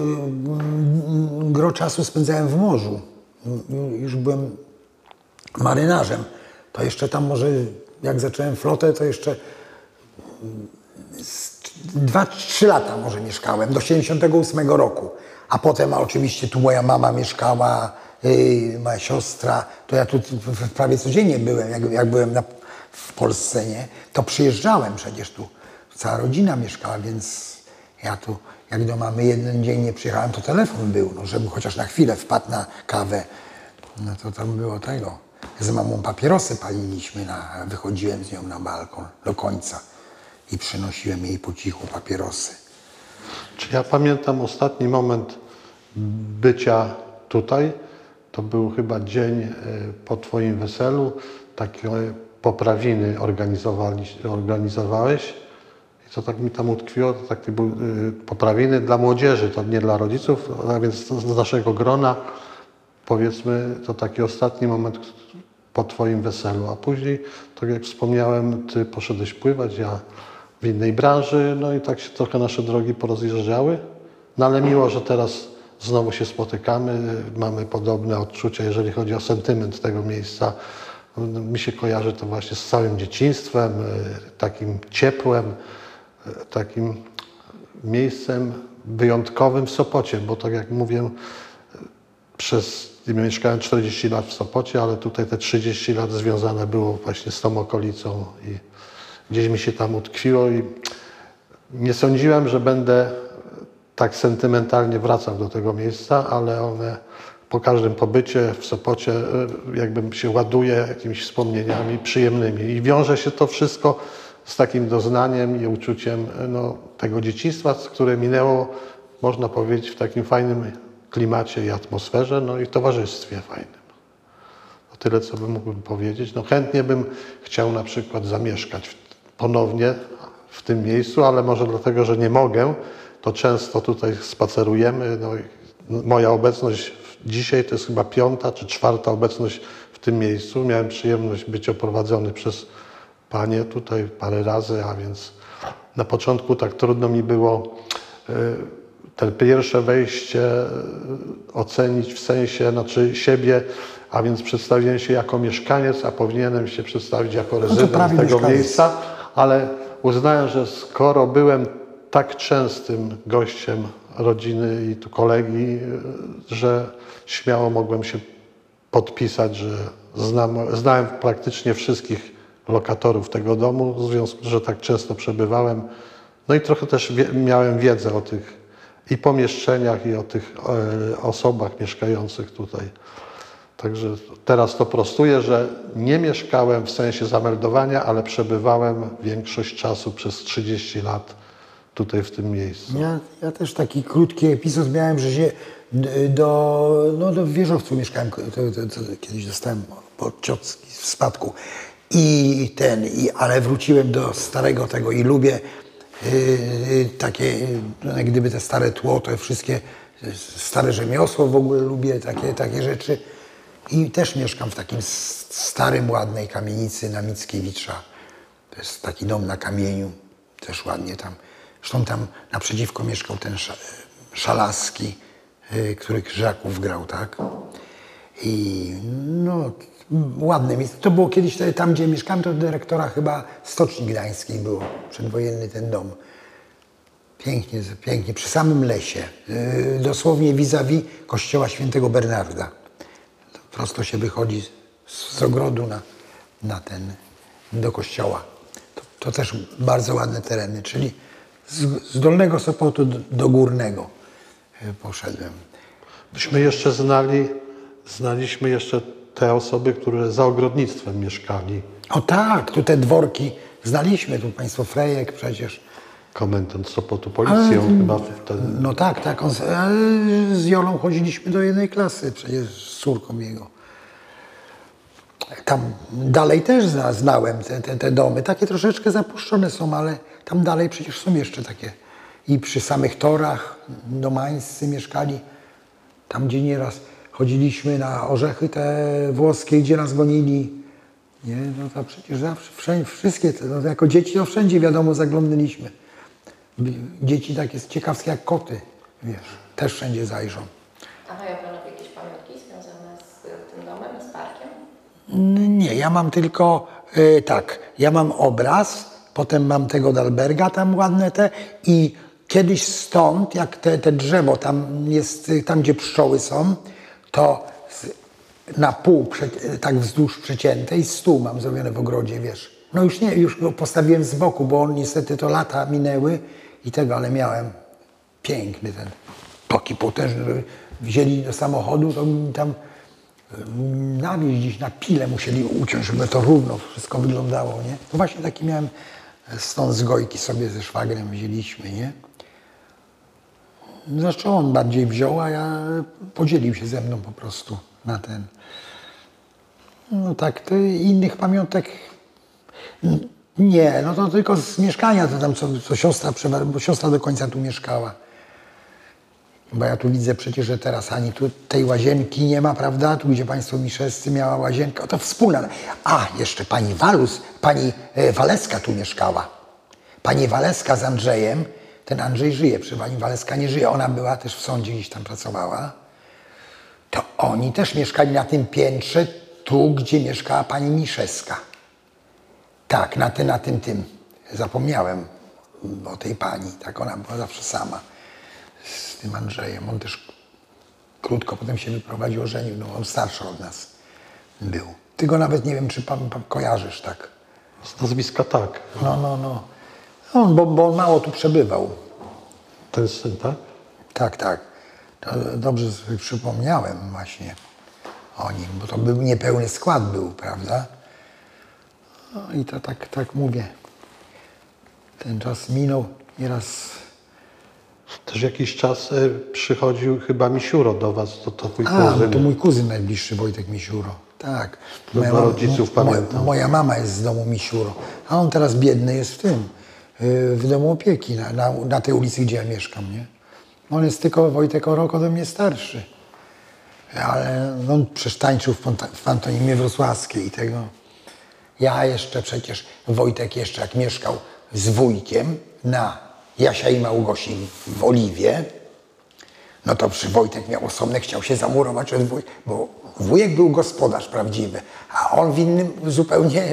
gro czasu spędzałem w morzu. Y, już byłem marynarzem. To jeszcze tam może, jak zacząłem flotę, to jeszcze z dwa, trzy lata może mieszkałem, do siedemdziesiątego ósmego roku. A potem a oczywiście tu moja mama mieszkała, yy, moja siostra, to ja tu prawie codziennie byłem, jak, jak byłem na, w Polsce, nie? To przyjeżdżałem przecież tu. Cała rodzina mieszkała, więc ja tu, jak do mamy jeden dzień nie przyjechałem, to telefon był, no, żeby chociaż na chwilę wpadł na kawę. No to tam było tego. Z mamą papierosy paliliśmy, na, wychodziłem z nią na balkon do końca i przynosiłem jej po cichu papierosy. Czy ja pamiętam ostatni moment bycia tutaj, to był chyba dzień y, po twoim weselu, takie poprawiny organizowali, organizowałeś i to tak mi tam utkwiło, to takie były y, poprawiny dla młodzieży, to nie dla rodziców, a więc z naszego grona, powiedzmy, to taki ostatni moment po twoim weselu, a później, tak jak wspomniałem, ty poszedłeś pływać, ja w innej branży, no i tak się trochę nasze drogi porozjeżdżały, no ale miło, że teraz znowu się spotykamy, mamy podobne odczucia, jeżeli chodzi o sentyment tego miejsca. Mi się kojarzy to właśnie z całym dzieciństwem, takim ciepłem, takim miejscem wyjątkowym w Sopocie, bo tak jak mówię, przez, mieszkałem czterdzieści lat w Sopocie, ale tutaj te trzydzieści lat związane było właśnie z tą okolicą i gdzieś mi się tam utkwiło i nie sądziłem, że będę tak sentymentalnie wracał do tego miejsca, ale one po każdym pobycie w Sopocie jakby się ładuje jakimiś wspomnieniami przyjemnymi i wiąże się to wszystko z takim doznaniem i uczuciem no, tego dzieciństwa, które minęło, można powiedzieć, w takim fajnym klimacie i atmosferze, no i towarzystwie fajnym. To tyle, co bym mógł powiedzieć. No chętnie bym chciał na przykład zamieszkać ponownie w tym miejscu, ale może dlatego, że nie mogę, to często tutaj spacerujemy. No i moja obecność dzisiaj to jest chyba piąta czy czwarta obecność w tym miejscu. Miałem przyjemność być oprowadzony przez panie tutaj parę razy, a więc na początku tak trudno mi było te pierwsze wejście ocenić w sensie, znaczy siebie, a więc przedstawiłem się jako mieszkaniec, a powinienem się przedstawić jako rezydent prawie tego mieszkaniec. miejsca, ale uznałem, że skoro byłem tak częstym gościem rodziny i tu kolegi, że śmiało mogłem się podpisać, że znam, znałem praktycznie wszystkich lokatorów tego domu, w związku z tym, że tak często przebywałem. No i trochę też wie, miałem wiedzę o tych i pomieszczeniach, i o tych e, osobach mieszkających tutaj. Także teraz to prostuję, że nie mieszkałem w sensie zameldowania, ale przebywałem większość czasu przez trzydzieści lat tutaj w tym miejscu. Ja, ja też taki krótki epizod miałem, że się do, no do wieżowcu mieszkałem, to, to, to kiedyś dostałem od ciotki w spadku. I ten, i, ale wróciłem do starego tego i lubię yy, takie, no, jak gdyby te stare tło, te wszystkie stare rzemiosło w ogóle lubię, takie, takie rzeczy. I też mieszkam w takim starym, ładnej kamienicy na Mickiewicza. To jest taki dom na kamieniu, też ładnie tam. Zresztą tam naprzeciwko mieszkał ten Szalaski, yy, który Krzyżaków grał, tak? I no, ładne miejsce. To było kiedyś tam, gdzie mieszkałem, to dyrektora chyba Stoczni Gdańskiej było, przedwojenny ten dom. Pięknie, pięknie, przy samym lesie, yy, dosłownie vis-a-vis kościoła świętego Bernarda. Prosto się wychodzi z, z ogrodu na, na ten, do kościoła. To, to też bardzo ładne tereny, czyli z, z Dolnego Sopotu do, do Górnego yy, poszedłem. Myśmy jeszcze znali, znaliśmy jeszcze te osoby, które za ogrodnictwem mieszkali. O tak, tu te dworki znaliśmy, tu państwo Frejek przecież. Komendant Sopotu policją Ale, chyba wtedy. No tak, tak. On, z Jolą chodziliśmy do jednej klasy, przecież z córką jego. Tam dalej też znałem te, te, te domy. Takie troszeczkę zapuszczone są, ale tam dalej przecież są jeszcze takie. I przy samych torach domańscy mieszkali. Tam, gdzie nieraz chodziliśmy na orzechy te włoskie, gdzie nas gonili. Nie, no to przecież zawsze, wszędzie, wszystkie, te, no, jako dzieci to wszędzie wiadomo zaglądaliśmy. Dzieci takie ciekawskie jak koty, wiesz, też wszędzie zajrzą. A mają panowie jakieś pamiątki związane z tym domem, z parkiem? Nie, ja mam tylko, y, tak, ja mam obraz potem mam tego Dalberga, tam ładne te i kiedyś stąd, jak te, te drzewo tam jest, tam gdzie pszczoły są, to na pół, tak wzdłuż przeciętej, stół mam zrobiony w ogrodzie, wiesz. No już nie, już go postawiłem z boku, bo on niestety to lata minęły i tego, ale miałem piękny ten, taki potężny, że wzięli do samochodu, to mi tam nawieźć gdzieś na pile musieli uciąć, żeby to równo wszystko wyglądało, nie? To właśnie taki miałem, stąd z Gojki sobie ze szwagrem wzięliśmy, nie? Zresztą on bardziej wziął, a ja podzielił się ze mną po prostu na ten. No tak, to innych pamiątek nie, no to tylko z mieszkania, to tam co, co siostra, bo siostra do końca tu mieszkała. Bo ja tu widzę przecież, że teraz ani tu tej łazienki nie ma, prawda? Tu, gdzie państwo Miszewscy miała łazienkę, to wspólna. A, jeszcze pani Walus, pani Waleska tu mieszkała. Pani Waleska z Andrzejem, ten Andrzej żyje, przy pani Waleska nie żyje. Ona była też w sądzie, gdzieś tam pracowała. To oni też mieszkali na tym piętrze, tu, gdzie mieszkała pani Miszewska. Tak, na, ty, na tym, tym. Zapomniałem o tej pani. Tak, ona była zawsze sama z tym Andrzejem. On też krótko potem się wyprowadził, ożenił. No, on starszy od nas był. Ty go nawet nie wiem, czy pan, pan kojarzysz, tak? Z nazwiska tak. No, no, no. On, bo, bo on mało tu przebywał. Ten syn, tak? Tak, tak. To dobrze sobie przypomniałem właśnie o nim, bo to był niepełny skład był, prawda? No i to tak, tak mówię. Ten czas minął nieraz. Też jakiś czas y, przychodził chyba Misiuro do was, to, to twój A, kuzyn. to mój kuzyn najbliższy, Wojtek Misiuro. Tak. Do Moja, rodziców mo, pamiętam. moja mama jest z domu Misiuro, a on teraz biedny jest w tym, w domu opieki, na, na, na tej ulicy, gdzie ja mieszkam, nie? On jest tylko, Wojtek, o rok ode mnie starszy. Ale on przecież tańczył w, w pantomimie wrocławskiej i tego. Ja jeszcze przecież, Wojtek jeszcze jak mieszkał z wujkiem na Jasia i Małgosi w Oliwie, no to przy Wojtek miał osobne, chciał się zamurować od wuj, bo wujek był gospodarz prawdziwy, a on w innym zupełnie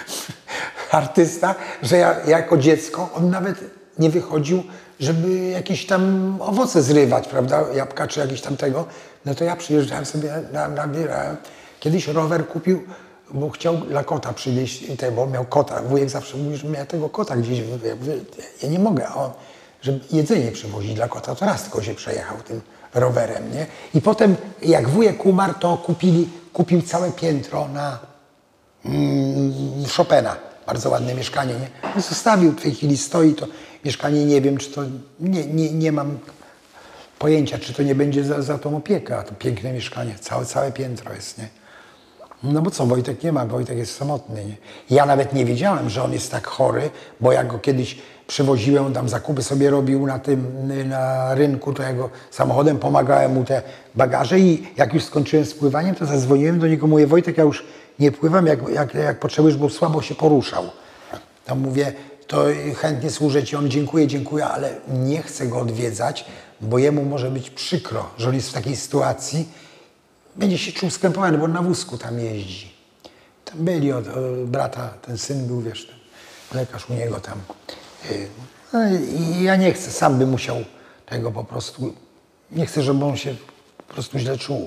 artysta, że ja jako dziecko, on nawet nie wychodził, żeby jakieś tam owoce zrywać, prawda, jabłka czy jakieś tam tego. No to ja przyjeżdżałem sobie, nabierałem. Kiedyś rower kupił, bo chciał dla kota przywieźć, bo on miał kota. Wujek zawsze mówił, że miał tego kota gdzieś. Ja, mówię, ja nie mogę, a on, żeby jedzenie przywozić dla kota, to raz tylko się przejechał tym rowerem, nie? I potem, jak wujek umarł, to kupili, kupił całe piętro na mm, Chopina. Bardzo ładne mieszkanie, nie? No zostawił, w tej chwili stoi to mieszkanie, nie wiem, czy to, nie, nie, nie mam pojęcia, czy to nie będzie za, za tą opiekę, a to piękne mieszkanie, całe, całe piętro jest, nie? No bo co, Wojtek nie ma, Wojtek jest samotny, nie? Ja nawet nie wiedziałem, że on jest tak chory, bo jak go kiedyś przywoziłem, tam zakupy sobie robił na tym, na rynku, to ja go samochodem pomagałem mu te bagaże i jak już skończyłem z pływaniem, to zadzwoniłem do niego, mówię, Wojtek, ja już nie pływam, jak, jak, jak potrzebujesz, bo słabo się poruszał. Tam mówię, to chętnie służę ci, on dziękuję, dziękuję, ale nie chcę go odwiedzać, bo jemu może być przykro, że on jest w takiej sytuacji, będzie się czuł skrępowany, bo on na wózku tam jeździ. Tam byli od, od brata, ten syn był, wiesz, ten lekarz u niego tam. No i ja nie chcę, sam bym musiał tego po prostu, nie chcę, żeby on się po prostu źle czuł.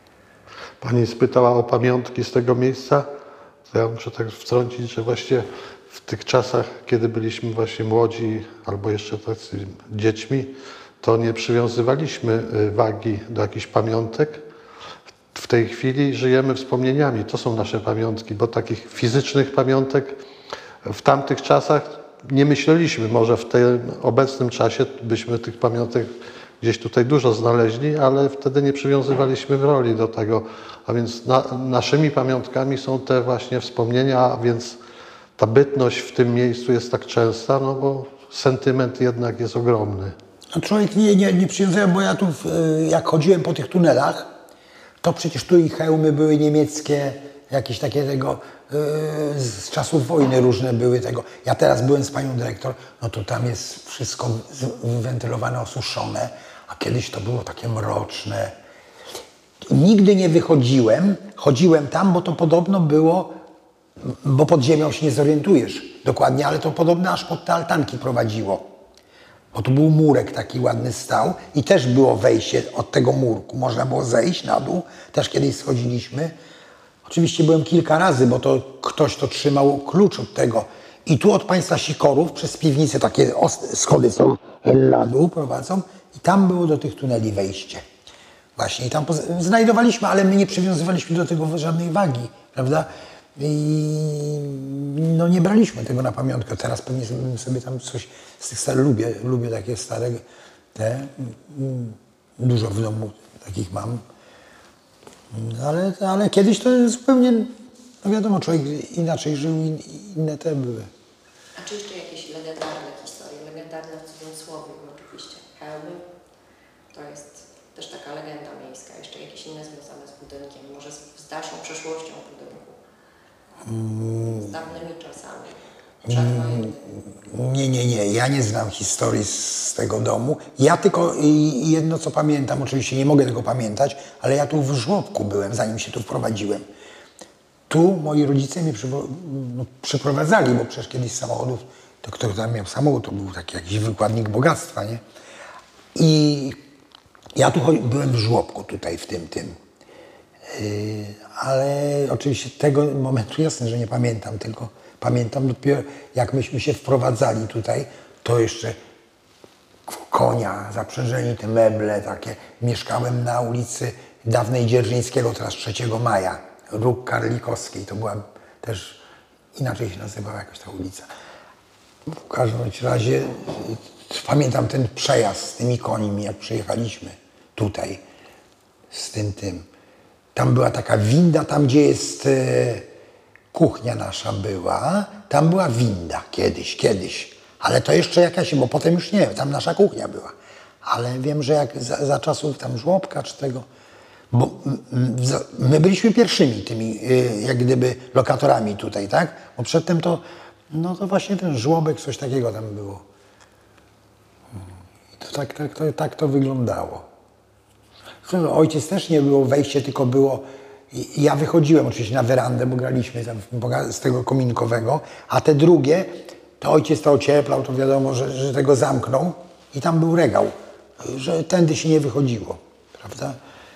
Pani spytała o pamiątki z tego miejsca, to ja muszę tak wtrącić, że właśnie w tych czasach, kiedy byliśmy właśnie młodzi albo jeszcze tacy dziećmi, to nie przywiązywaliśmy wagi do jakichś pamiątek. W tej chwili żyjemy wspomnieniami, to są nasze pamiątki, bo takich fizycznych pamiątek w tamtych czasach nie myśleliśmy. Może w tym obecnym czasie byśmy tych pamiątek gdzieś tutaj dużo znaleźli, ale wtedy nie przywiązywaliśmy roli do tego. A więc na, naszymi pamiątkami są te właśnie wspomnienia, a więc ta bytność w tym miejscu jest tak częsta, no bo sentyment jednak jest ogromny. A człowiek nie, nie, nie przywiązałem, bo ja tu, jak chodziłem po tych tunelach, to przecież tu i hełmy były niemieckie, jakieś takie tego, yy, z czasów wojny różne były tego. Ja teraz byłem z panią dyrektor, no to tam jest wszystko wentylowane, osuszone, a kiedyś to było takie mroczne. Nigdy nie wychodziłem, chodziłem tam, bo to podobno było, bo pod ziemią się nie zorientujesz. dokładnie, ale to podobno aż pod te altanki prowadziło. Bo tu był murek taki ładny stał i też było wejście od tego murku. Można było zejść na dół, też kiedyś schodziliśmy. Oczywiście byłem kilka razy, bo to ktoś to trzymał klucz od tego. I tu od państwa Sikorów przez piwnicę takie schody są na dół prowadzą i tam było do tych tuneli wejście. Właśnie i tam znajdowaliśmy, ale my nie przywiązywaliśmy do tego żadnej wagi, prawda? I no nie braliśmy tego na pamiątkę. Teraz pewnie sobie, sobie tam coś z tych starych lubię, lubię takie stare, te, dużo w domu takich mam. Ale, ale kiedyś to zupełnie, no wiadomo, człowiek inaczej żył, inne te były. A czy jeszcze jakieś legendarne historie, legendarne w cudzysłowie oczywiście, hełmy? To jest też taka legenda miejska, jeszcze jakieś inne związane z budynkiem, może z, z dalszą przeszłością budynku, z dawnymi czasami, przedwojennymi. Nie, nie, nie, ja nie znam historii z tego domu. Ja tylko jedno, co pamiętam, oczywiście nie mogę tego pamiętać, ale ja tu w żłobku byłem, zanim się tu wprowadziłem. Tu moi rodzice mnie no, przyprowadzali, bo przecież kiedyś samochodów, to kto tam miał samochód, to był taki jakiś wykładnik bogactwa, nie? I ja tu byłem w żłobku tutaj, w tym, tym. Yy, ale oczywiście tego momentu jasne, że nie pamiętam, tylko pamiętam dopiero jak myśmy się wprowadzali tutaj, to jeszcze konia, zaprzężeni te meble takie. Mieszkałem na ulicy dawnej Dzierżyńskiego, teraz trzeciego maja, róg Karlikowskiej. To była też, inaczej się nazywała jakoś ta ulica. W każdym razie pamiętam ten przejazd z tymi końmi, jak przyjechaliśmy tutaj z tym, tym. Tam była taka winda, tam gdzie jest e, kuchnia nasza była, tam była winda kiedyś, kiedyś. Ale to jeszcze jakaś, bo potem już nie, tam nasza kuchnia była. Ale wiem, że jak za, za czasów tam żłobka czy tego, bo my byliśmy pierwszymi tymi, jak gdyby, lokatorami tutaj, tak? Bo przedtem to, no to właśnie ten żłobek, coś takiego tam było. I to tak, tak, to, tak to wyglądało. Ojciec też nie było wejście, tylko było, i ja wychodziłem oczywiście na werandę, bo graliśmy tam z tego kominkowego, a te drugie, to ojciec to ocieplał, to wiadomo, że, że tego zamknął i tam był regał, że tędy się nie wychodziło, prawda?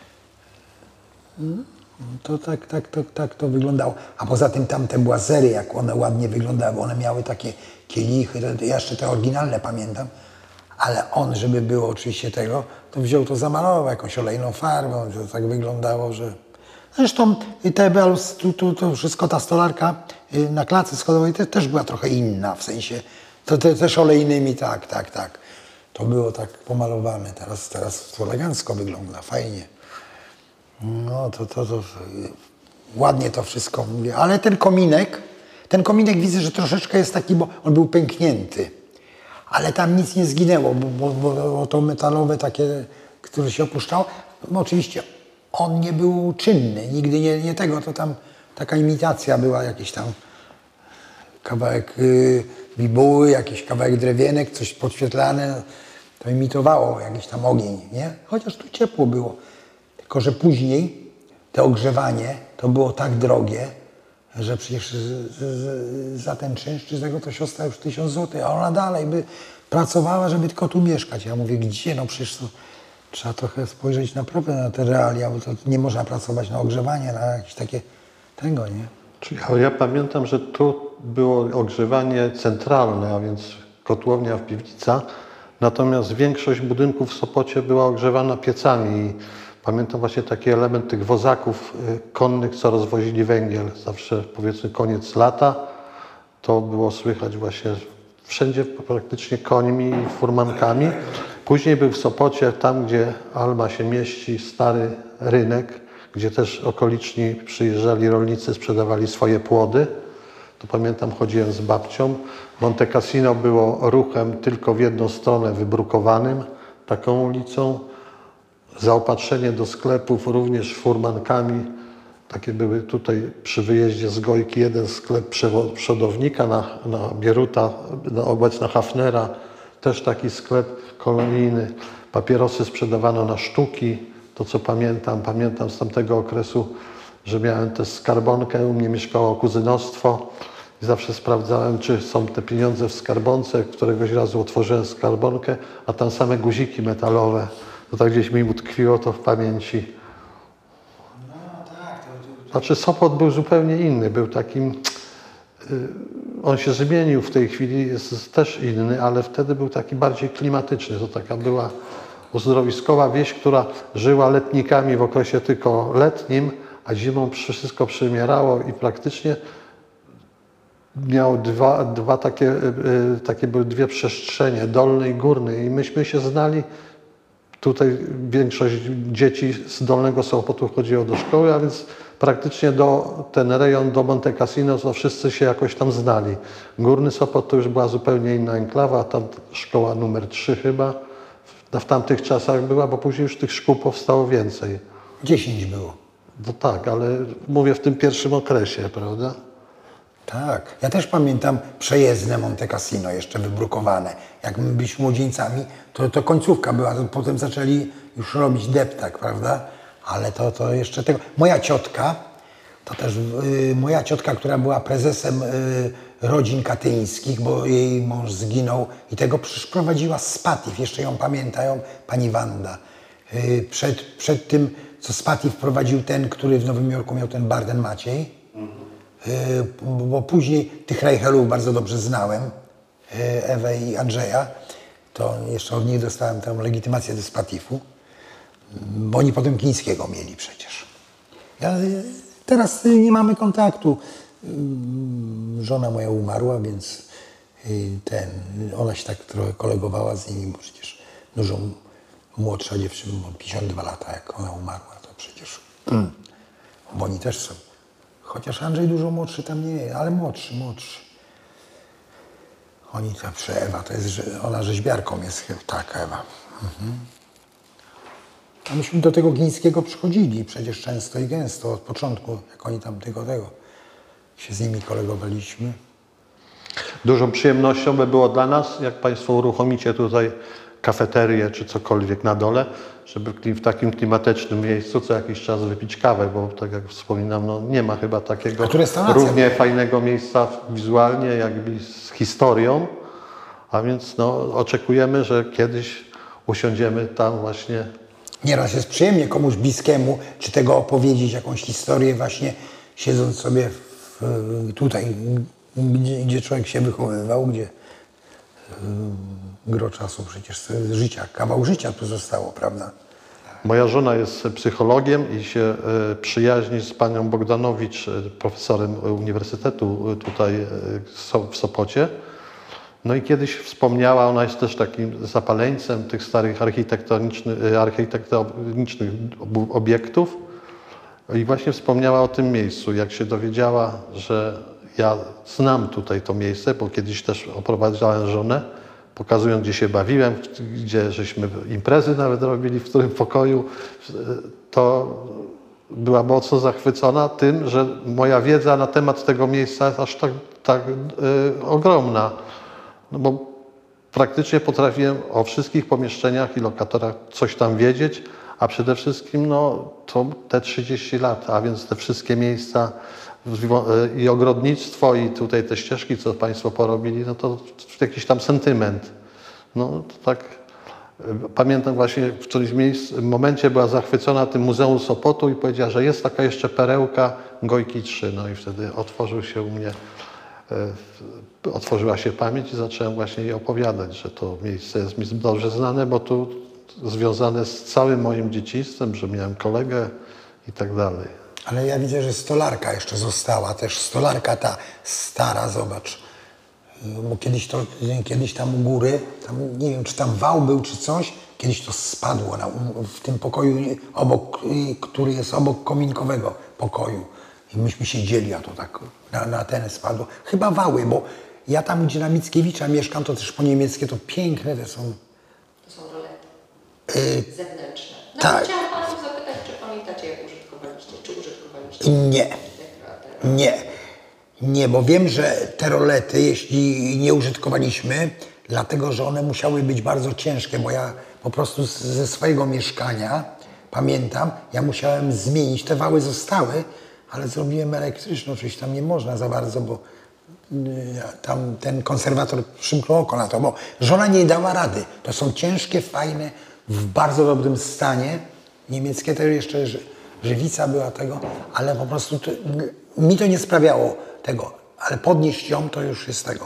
To tak, tak, tak, tak to wyglądało. A poza tym tam te błazery, jak one ładnie wyglądały, one miały takie kielichy, ja jeszcze te oryginalne pamiętam, ale on, żeby było oczywiście tego, to wziął to, zamalował jakąś olejną farbą, to tak wyglądało, że... Zresztą te, tu, tu, to wszystko, ta stolarka na klatce schodowej te, też była trochę inna, w sensie, to te, też olejnymi, tak, tak, tak. To było tak pomalowane, teraz, teraz to elegancko wygląda, fajnie. No to, to, to ładnie to wszystko mówię, ale ten kominek, ten kominek widzę, że troszeczkę jest taki, bo on był pęknięty, ale tam nic nie zginęło, bo, bo, bo to metalowe takie, które się opuszczało, no oczywiście on nie był czynny, nigdy nie, nie tego, to tam taka imitacja była, jakiś tam kawałek yy, bibuły, jakiś kawałek drewienek, coś podświetlane, to imitowało jakiś tam ogień, nie? Chociaż tu ciepło było. Tylko że później to ogrzewanie to było tak drogie, że przecież z, z, za ten czynsz czy z tego to siostra już tysiąc złotych, a ona dalej by pracowała, żeby tylko tu mieszkać. Ja mówię, gdzie? No przecież to trzeba trochę spojrzeć naprawdę na te realia, bo to nie można pracować na ogrzewanie, na jakieś takie tego, nie? Czyli, ale ja pamiętam, że tu było ogrzewanie centralne, a więc kotłownia w piwnica, natomiast większość budynków w Sopocie była ogrzewana piecami. I pamiętam właśnie taki element tych wozaków konnych, co rozwozili węgiel. Zawsze, powiedzmy, koniec lata, to było słychać właśnie wszędzie praktycznie końmi i furmankami. Później był w Sopocie, tam gdzie Alma się mieści, stary rynek, gdzie też okoliczni przyjeżdżali rolnicy, sprzedawali swoje płody. To pamiętam, chodziłem z babcią. Monte Cassino było ruchem tylko w jedną stronę wybrukowanym, taką ulicą. Zaopatrzenie do sklepów również furmankami. Takie były tutaj przy wyjeździe z Gojki, jeden sklep przodownika na, na Bieruta, na obecna Hafnera, też taki sklep kolonijny. Papierosy sprzedawano na sztuki, to co pamiętam. Pamiętam z tamtego okresu, że miałem też skarbonkę, u mnie mieszkało kuzynostwo, i zawsze sprawdzałem, czy są te pieniądze w skarbonce. Któregoś razu otworzyłem skarbonkę, a tam same guziki metalowe. To tak gdzieś mi utkwiło to w pamięci. No tak. To, to, Znaczy Sopot był zupełnie inny, był takim... On się zmienił w tej chwili, jest też inny, ale wtedy był taki bardziej klimatyczny. To taka była uzdrowiskowa wieś, która żyła letnikami w okresie tylko letnim, a zimą wszystko przymierało i praktycznie miał dwa, dwa takie, takie były dwie przestrzenie, dolny i górny. I myśmy się znali. Tutaj większość dzieci z Dolnego Sopotu chodziło do szkoły, a więc praktycznie do, ten rejon do Monte Cassino to wszyscy się jakoś tam znali. Górny Sopot to już była zupełnie inna enklawa, a tam szkoła numer trzy chyba w, w tamtych czasach była, bo później już tych szkół powstało więcej. dziesięć było. No tak, ale mówię w tym pierwszym okresie, prawda? Tak. Ja też pamiętam przejezdne Monte Cassino, jeszcze wybrukowane. Jak my byliśmy młodzieńcami, to, to końcówka była, to potem zaczęli już robić deptak, prawda? Ale to, to jeszcze tego... Moja ciotka, to też yy, moja ciotka, która była prezesem yy, rodzin katyńskich, bo jej mąż zginął i tego przyprowadziła z Spatif, jeszcze ją pamiętają, pani Wanda. Yy, przed, przed tym, co Spatif wprowadził ten, który w Nowym Jorku miał ten Barden Maciej. Bo później tych Reichelów bardzo dobrze znałem, Ewę i Andrzeja, to jeszcze od nich dostałem tę legitymację do Spatifu, bo oni potem Glińskiego mieli przecież. Ja, teraz nie mamy kontaktu. Żona moja umarła, więc ten, ona się tak trochę kolegowała z nimi, bo przecież dużo młodsza dziewczyna, bo pięćdziesiąt dwa lata, jak ona umarła, to przecież, bo oni też są. Chociaż Andrzej dużo młodszy tam nie jest, ale młodszy, młodszy. Oni tam przy Ewa, to jest, ona rzeźbiarką jest, tak, Ewa. Mhm. A myśmy do tego Glińskiego przychodzili przecież często i gęsto od początku, jak oni tam tego, tego się z nimi kolegowaliśmy. Dużą przyjemnością by było dla nas, jak Państwo uruchomicie tutaj kafeterię czy cokolwiek na dole, żeby w takim klimatycznym miejscu co jakiś czas wypić kawę, bo tak jak wspominam, no nie ma chyba takiego równie fajnego miejsca wizualnie, jakby z historią, a więc no, oczekujemy, że kiedyś usiądziemy tam właśnie. Nieraz jest przyjemnie komuś bliskiemu, czy tego opowiedzieć, jakąś historię właśnie siedząc sobie w, tutaj, gdzie, gdzie człowiek się wychowywał, gdzie gro czasu przecież z życia, kawał życia tu zostało, prawda? Moja żona jest psychologiem i się przyjaźni z panią Bogdanowicz, profesorem Uniwersytetu tutaj w Sopocie. No i kiedyś wspomniała, ona jest też takim zapaleńcem tych starych architektonicznych, architektonicznych obiektów i właśnie wspomniała o tym miejscu. Jak się dowiedziała, że ja znam tutaj to miejsce, bo kiedyś też oprowadzałem żonę, pokazując, gdzie się bawiłem, gdzie żeśmy imprezy nawet robili, w którym pokoju, to była mocno zachwycona tym, że moja wiedza na temat tego miejsca jest aż tak, tak yy, ogromna. No bo praktycznie potrafiłem o wszystkich pomieszczeniach i lokatorach coś tam wiedzieć, a przede wszystkim no, to te trzydzieści lat, a więc te wszystkie miejsca i ogrodnictwo i tutaj te ścieżki, co Państwo porobili, no to jakiś tam sentyment. No to tak pamiętam właśnie w którymś miejscu, momencie była zachwycona tym Muzeum Sopotu i powiedziała, że jest taka jeszcze perełka Gojki trzy. No i wtedy otworzył się u mnie, otworzyła się pamięć i zacząłem właśnie jej opowiadać, że to miejsce jest mi dobrze znane, bo tu związane z całym moim dzieciństwem, że miałem kolegę i tak dalej. Ale ja widzę, że stolarka jeszcze została, też stolarka ta stara, zobacz. Bo kiedyś, to, kiedyś tam u góry, tam, nie wiem, czy tam wał był, czy coś, kiedyś to spadło na, w tym pokoju, obok, który jest obok kominkowego pokoju. I myśmy siedzieli, a to tak na, na ten spadło. Chyba wały, bo ja tam, gdzie na Mickiewicza mieszkam, to też po niemieckie, to piękne te są. To są rolety y zewnętrzne. No, tak. Chciałam Panów zapytać, czy pamiętacie, jak użytkowaliście, czy użytkowaliście? Nie, nie. Nie, bo wiem, że te rolety, jeśli nie użytkowaliśmy, dlatego, że one musiały być bardzo ciężkie, bo ja po prostu ze swojego mieszkania, pamiętam, ja musiałem zmienić, te wały zostały, ale zrobiłem elektryczną, oczywiście tam nie można za bardzo, bo tam ten konserwator przymknął oko na to, bo żona nie dała rady. To są ciężkie, fajne, w bardzo dobrym stanie. Niemieckie też jeszcze ży, żywica była tego, ale po prostu to, mi to nie sprawiało tego. Ale podnieść ją to już jest tego.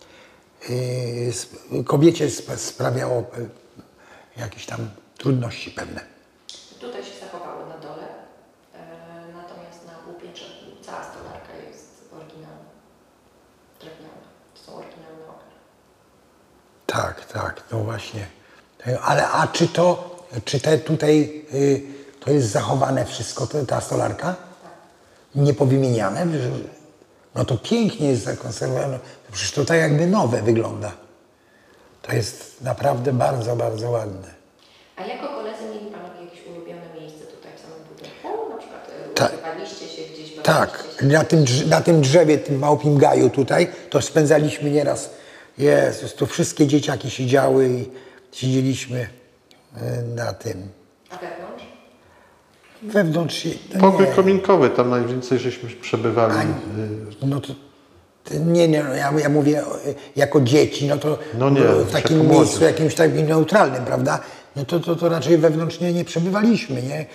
Yy, kobiecie sp sprawiało y, jakieś tam trudności pewne. Tutaj się zachowały na dole, e, natomiast na łupiecze cała stolarka jest oryginalna, drewniana. To są oryginalne okna. Tak, tak, no właśnie. Ale a czy to, czy te tutaj, y, to jest zachowane wszystko, to, ta stolarka? Tak. Nie powymieniane? No to pięknie jest zakonserwowane. Przecież to tak jakby nowe wygląda. To jest naprawdę bardzo, bardzo ładne. A jako koledzy mieli Panowie jakieś ulubione miejsce tutaj w samym budynku? Na przykład Tak. ukrywaliście się gdzieś, bawiliście Tak, się? na tym, drz- na tym drzewie, tym małpim gaju tutaj, to spędzaliśmy nieraz. Jezus, tu wszystkie dzieciaki siedziały i siedzieliśmy y, na tym. A wewnątrz? Wewnątrz się- no Pokój nie. kominkowy, tam najwięcej żeśmy przebywali. No to, to nie, nie, no ja, ja mówię e, jako dzieci, no to No nie, w jako takim młodzież. miejscu jakimś takim neutralnym, prawda? No to, to, to raczej wewnątrz nie, nie przebywaliśmy, nie?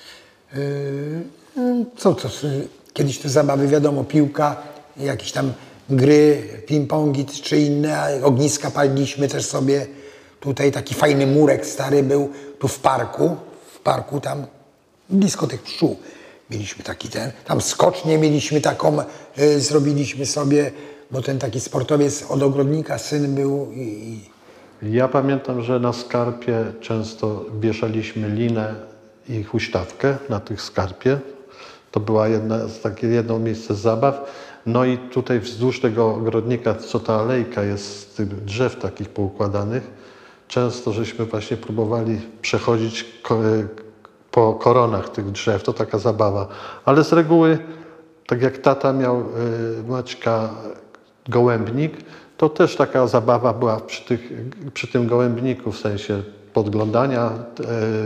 Yy, co to? Kiedyś te zabawy, wiadomo, piłka, jakieś tam gry, ping-pongi czy inne, a ogniska paliliśmy też sobie. Tutaj taki fajny murek stary był, tu w parku, w parku tam, blisko tych pszczół. Mieliśmy taki ten, tam skocznię mieliśmy taką, y, zrobiliśmy sobie, bo ten taki sportowiec od ogrodnika syn był i, i Ja pamiętam, że na skarpie często wieszaliśmy linę i huśtawkę na tych skarpie. To była jedna, takie jedno miejsce zabaw. No i tutaj wzdłuż tego ogrodnika, co ta alejka jest z tych drzew takich poukładanych, często żeśmy właśnie próbowali przechodzić ko po koronach tych drzew. To taka zabawa. Ale z reguły, tak jak tata miał y, Maćka gołębnik, to też taka zabawa była przy, tych, przy tym gołębniku, w sensie podglądania e,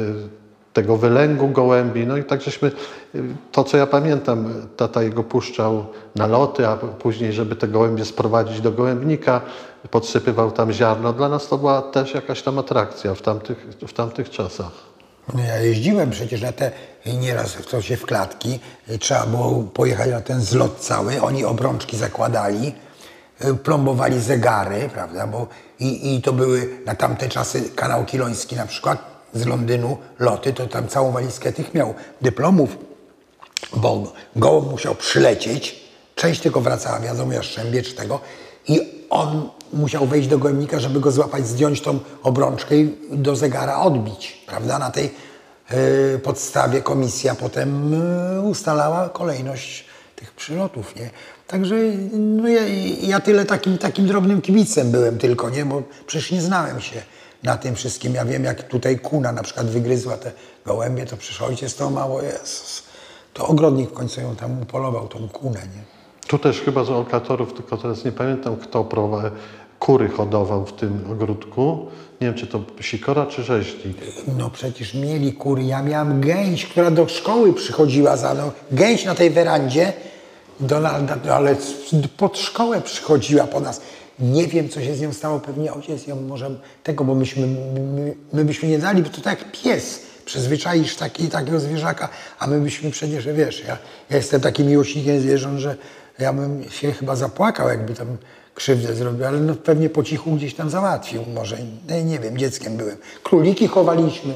tego wylęgu gołębi. No i tak żeśmy, to co ja pamiętam, tata jego puszczał na loty, a później, żeby te gołębie sprowadzić do gołębnika, podsypywał tam ziarno. Dla nas to była też jakaś tam atrakcja w tamtych, w tamtych czasach. no ja jeździłem przecież na te, nieraz w to się w klatki, trzeba było pojechać na ten zlot cały, oni obrączki zakładali, plombowali zegary, prawda, bo i, i to były na tamte czasy kanał Kiloński na przykład z Londynu loty, to tam całą walizkę tych miał dyplomów, bo gołąb musiał przylecieć, część tylko wracała, wiadomo, Jastrzębie czy tego i on musiał wejść do gołębnika, żeby go złapać, zdjąć tą obrączkę i do zegara odbić, prawda, na tej y, podstawie komisja potem y, ustalała kolejność tych przylotów, nie? Także no ja, ja tyle takim, takim drobnym kibicem byłem tylko, nie? Bo przecież nie znałem się na tym wszystkim. Ja wiem, jak tutaj kuna na przykład wygryzła te gołębie, to przecież ojciec to mało, Jezus. To ogrodnik w końcu ją tam upolował, tą kunę, nie? Tu też chyba z lokatorów, tylko teraz nie pamiętam, kto prowa, kury hodował w tym ogródku. Nie wiem, czy to sikora, czy rzeźnik. No przecież mieli kury. Ja miałam gęś, która do szkoły przychodziła za mną. Gęś na tej werandzie, Donalda, ale pod szkołę przychodziła po nas. Nie wiem, co się z nią stało. Pewnie ojciec ją może tego, bo myśmy, my, my byśmy nie dali, bo to tak jak pies. Przyzwyczaisz taki, takiego zwierzaka, a my byśmy przecież, wiesz, ja, ja jestem takim miłośnikiem zwierząt, że ja bym się chyba zapłakał, jakby tam krzywdę zrobił, ale no pewnie po cichu gdzieś tam załatwił. Może, nie, nie wiem, dzieckiem byłem. Króliki chowaliśmy.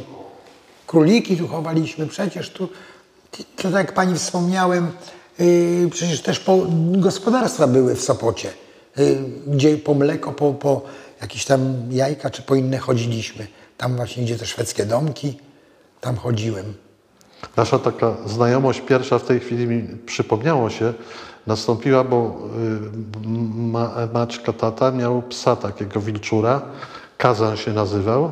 Króliki tu chowaliśmy. Przecież tu, to tak jak pani wspomniałem, yy, przecież też po, gospodarstwa były w Sopocie, yy, gdzie po mleko, po, po jakieś tam jajka czy po inne chodziliśmy. Tam właśnie, gdzie te szwedzkie domki, tam chodziłem. Nasza taka znajomość pierwsza w tej chwili mi przypomniało się, nastąpiła, bo y, ma, Maćka tata miał psa takiego wilczura, Kazan się nazywał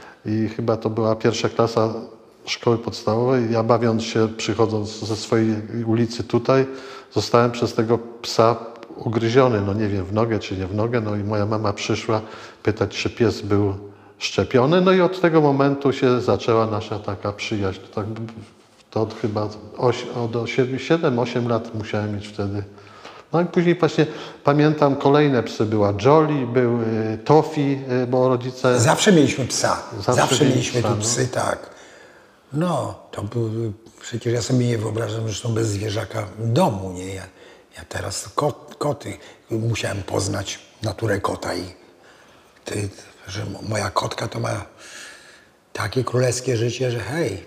i chyba to była pierwsza klasa szkoły podstawowej. Ja bawiąc się, przychodząc ze swojej ulicy tutaj, zostałem przez tego psa ugryziony, no nie wiem, w nogę czy nie w nogę, no i moja mama przyszła pytać, czy pies był szczepiony, no i od tego momentu się zaczęła nasza taka przyjaźń. To, tak, to od chyba siedem osiem lat musiałem mieć wtedy No i później właśnie pamiętam kolejne psy. Była Jolly, był y, Tofi, y, bo rodzice... Zawsze mieliśmy psa. Zawsze Zawsze, mieli mieliśmy psa, tu no. psy, tak. No, to był, przecież ja sobie nie wyobrażam, zresztą bez zwierzaka w domu, nie? Ja, ja teraz kot, koty, musiałem poznać naturę kota i ty, że moja kotka to ma takie królewskie życie, że hej.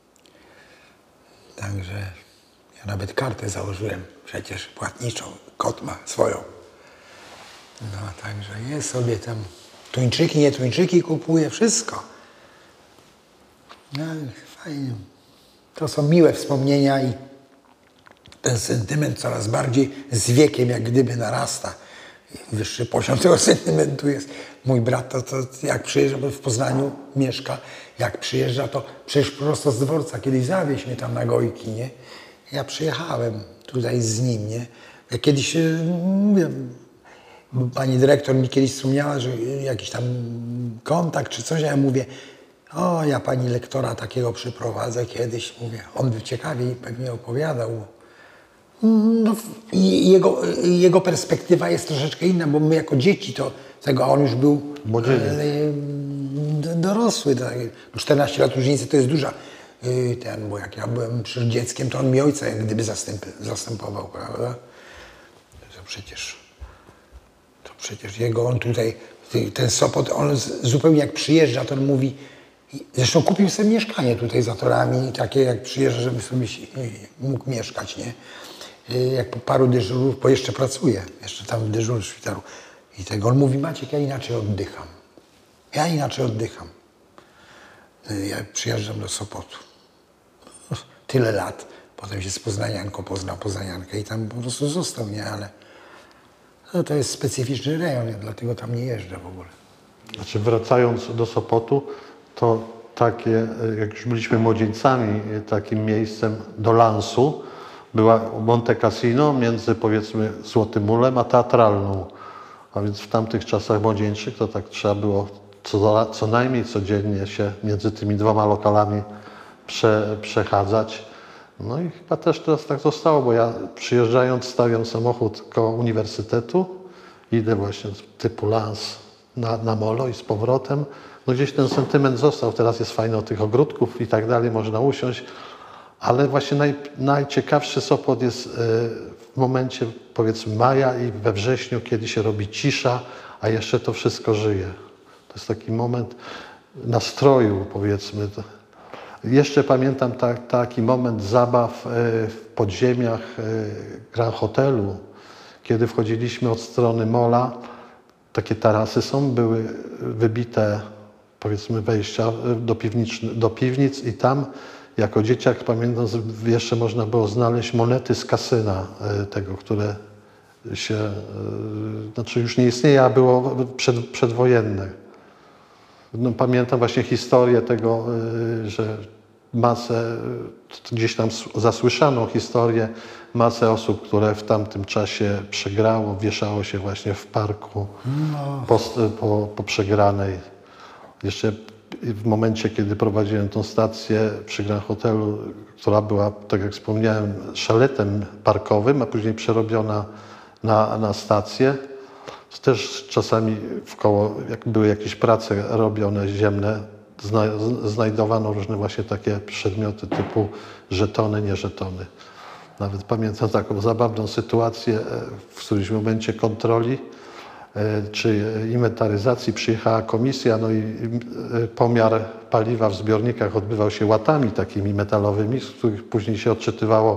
Także ja nawet kartę założyłem przecież płatniczą. Kot ma swoją. No, także jest sobie tam tuńczyki, nie tuńczyki kupuje, wszystko. No, fajnie. To są miłe wspomnienia i ten sentyment coraz bardziej z wiekiem jak gdyby narasta. Wyższy poziom tego sentymentu jest. Mój brat to, to jak przyjeżdża, bo w Poznaniu mieszka, jak przyjeżdża, to przecież prosto z dworca, kiedyś zawieź mnie tam na Gojki, nie? Ja przyjechałem tutaj z nim, nie? Ja kiedyś, mówię, pani dyrektor mi kiedyś wspomniała, że jakiś tam kontakt czy coś, a ja mówię, o, ja pani lektora takiego przyprowadzę kiedyś, mówię, on by ciekawiej pewnie opowiadał. No, i jego, jego perspektywa jest troszeczkę inna, bo my jako dzieci to tego, a on już był e, dorosły. Tak. czternaście lat różnicy to jest duża. E, ten, bo jak ja byłem przecież dzieckiem, to on mi ojca jak gdyby zastęp, zastępował, prawda? To przecież, to przecież jego, on tutaj, ten Sopot, on zupełnie jak przyjeżdża, to on mówi, zresztą kupił sobie mieszkanie tutaj za torami, takie jak przyjeżdża, żeby sobie mógł mieszkać, nie? Jak po paru dyżurów, bo jeszcze pracuje, jeszcze tam w dyżurze w szpitalu. I tego on mówi, Maciek, ja inaczej oddycham. Ja inaczej oddycham. Ja przyjeżdżam do Sopotu. Tyle lat. Potem się z Poznanianką poznał Poznaniankę i tam po prostu został, nie? Ale no, to jest specyficzny rejon, ja dlatego tam nie jeżdżę w ogóle. Znaczy wracając do Sopotu, to takie, jak już byliśmy młodzieńcami, takim miejscem do lansu była Monte Cassino między powiedzmy Złotym Mulem a Teatralną. A więc w tamtych czasach młodzieńczych to tak trzeba było co, co najmniej codziennie się między tymi dwoma lokalami prze, przechadzać. No i chyba też teraz tak zostało, bo ja przyjeżdżając stawiam samochód koło uniwersytetu, idę właśnie typu lans na, na molo i z powrotem. No gdzieś ten sentyment został, teraz jest fajno tych ogródków i tak dalej, można usiąść. Ale właśnie naj, najciekawszy Sopot jest w momencie powiedzmy maja i we wrześniu, kiedy się robi cisza, a jeszcze to wszystko żyje. To jest taki moment nastroju powiedzmy. Jeszcze pamiętam ta, taki moment zabaw w podziemiach Grand Hotelu, kiedy wchodziliśmy od strony mola. Takie tarasy są, były wybite powiedzmy wejścia do, do piwnic i tam jako dzieciak pamiętam, że jeszcze można było znaleźć monety z kasyna tego, które się, znaczy już nie istnieje, a było przed, przedwojenne. No, pamiętam właśnie historię tego, że masę, gdzieś tam zasłyszaną historię, masę osób, które w tamtym czasie przegrało, wieszało się właśnie w parku no. po, po, po przegranej. Jeszcze w momencie, kiedy prowadziłem tą stację przy Grand Hotelu, która była, tak jak wspomniałem, szaletem parkowym, a później przerobiona na, na stację. Też czasami wkoło, jak były jakieś prace robione ziemne, zna, znajdowano różne właśnie takie przedmioty typu żetony, nieżetony. Nawet pamiętam taką zabawną sytuację w którymś momencie kontroli czy inwentaryzacji przyjechała komisja, no i pomiar paliwa w zbiornikach odbywał się łatami takimi metalowymi, z których później się odczytywało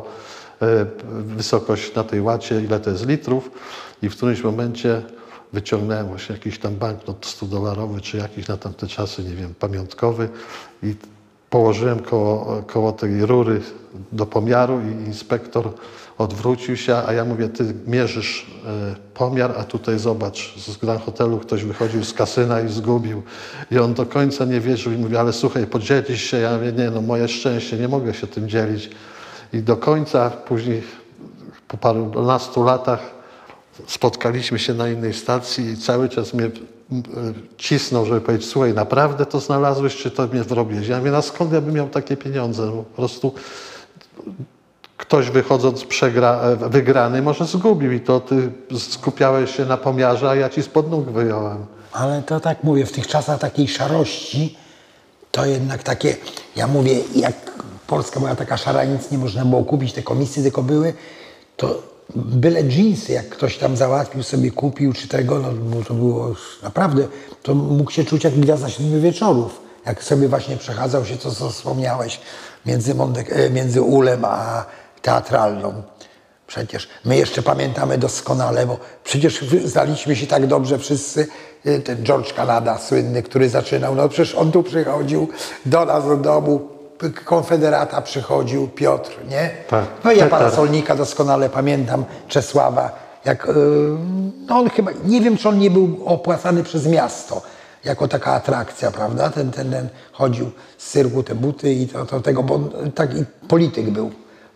wysokość na tej łacie, ile to jest litrów i w którymś momencie wyciągnąłem właśnie jakiś tam banknot sto dolarowy, czy jakiś na tamte czasy, nie wiem, pamiątkowy i położyłem koło, koło tej rury do pomiaru i inspektor odwrócił się, a ja mówię, ty mierzysz y, pomiar, a tutaj zobacz, z Grand Hotelu ktoś wychodził z kasyna i zgubił. I on do końca nie wierzył i mówi, ale słuchaj, podzielisz się. Ja mówię, nie no, moje szczęście, nie mogę się tym dzielić. I do końca, później po parunastu latach spotkaliśmy się na innej stacji i cały czas mnie cisnął, żeby powiedzieć, słuchaj, naprawdę to znalazłeś, czy to mnie wrobiłeś? Ja mówię, no skąd ja bym miał takie pieniądze? No, po prostu ktoś wychodząc przegra, wygrany może zgubił i to ty skupiałeś się na pomiarze, a ja ci spod nóg wyjąłem. Ale to tak mówię, w tych czasach takiej szarości, to jednak takie, ja mówię, jak Polska była taka szara, nic nie można było kupić, te komisje tylko były, to byle dżinsy, jak ktoś tam załatwił, sobie kupił, czy tego, no bo to było już naprawdę, to mógł się czuć jak gwiazda siedmiu wieczorów. Jak sobie właśnie przechadzał się, to co wspomniałeś, między, Monte, między Ulem a Teatralną. Przecież my jeszcze pamiętamy doskonale, bo przecież znaliśmy się tak dobrze wszyscy, ten George Canada słynny, który zaczynał, no przecież on tu przychodził do nas do domu, Konfederata przychodził, Piotr, nie? Tak. No ja Tak, pana tak. Solnika doskonale pamiętam, Czesława, jak, yy, no on chyba, nie wiem czy on nie był opłacany przez miasto, jako taka atrakcja, prawda? Ten, ten, ten chodził z cyrku, te buty i to, to tego, bo on taki polityk był.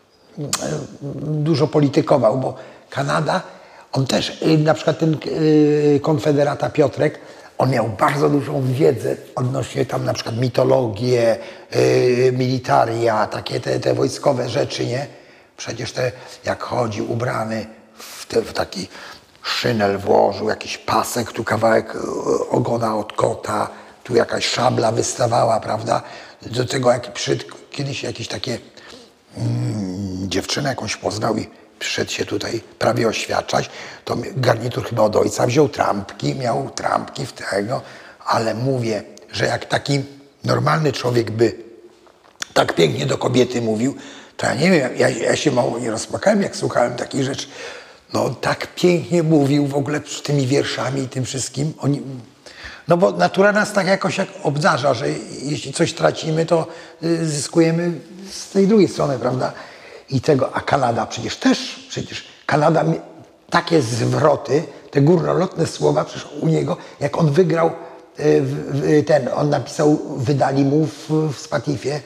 Dużo politykował, bo Kanada, on też, na przykład ten yy, konfederata Piotrek, on miał bardzo dużą wiedzę odnośnie tam na przykład mitologię, yy, militaria, takie te, te wojskowe rzeczy, nie? Przecież te, jak chodził ubrany w, te, w taki szynel włożył, jakiś pasek, tu kawałek ogona od kota, tu jakaś szabla wystawała, prawda? Do tego jak przyszedł kiedyś jakieś takie mm, dziewczynę jakąś poznał i przyszedł się tutaj prawie oświadczać, to garnitur chyba od ojca wziął, trampki, miał trampki w tego, ale mówię, że jak taki normalny człowiek by tak pięknie do kobiety mówił, to ja nie wiem, ja, ja się mało nie rozpłakałem, jak słuchałem takich rzeczy. No on tak pięknie mówił w ogóle z tymi wierszami i tym wszystkim. Oni, no bo natura nas tak jakoś jak obdarza, że jeśli coś tracimy, to zyskujemy z tej drugiej strony, prawda? I tego, a Kanada przecież też, przecież Kanada, takie zwroty, te górnolotne słowa, przecież u niego, jak on wygrał ten, on napisał, wydali mu w, w Spatifie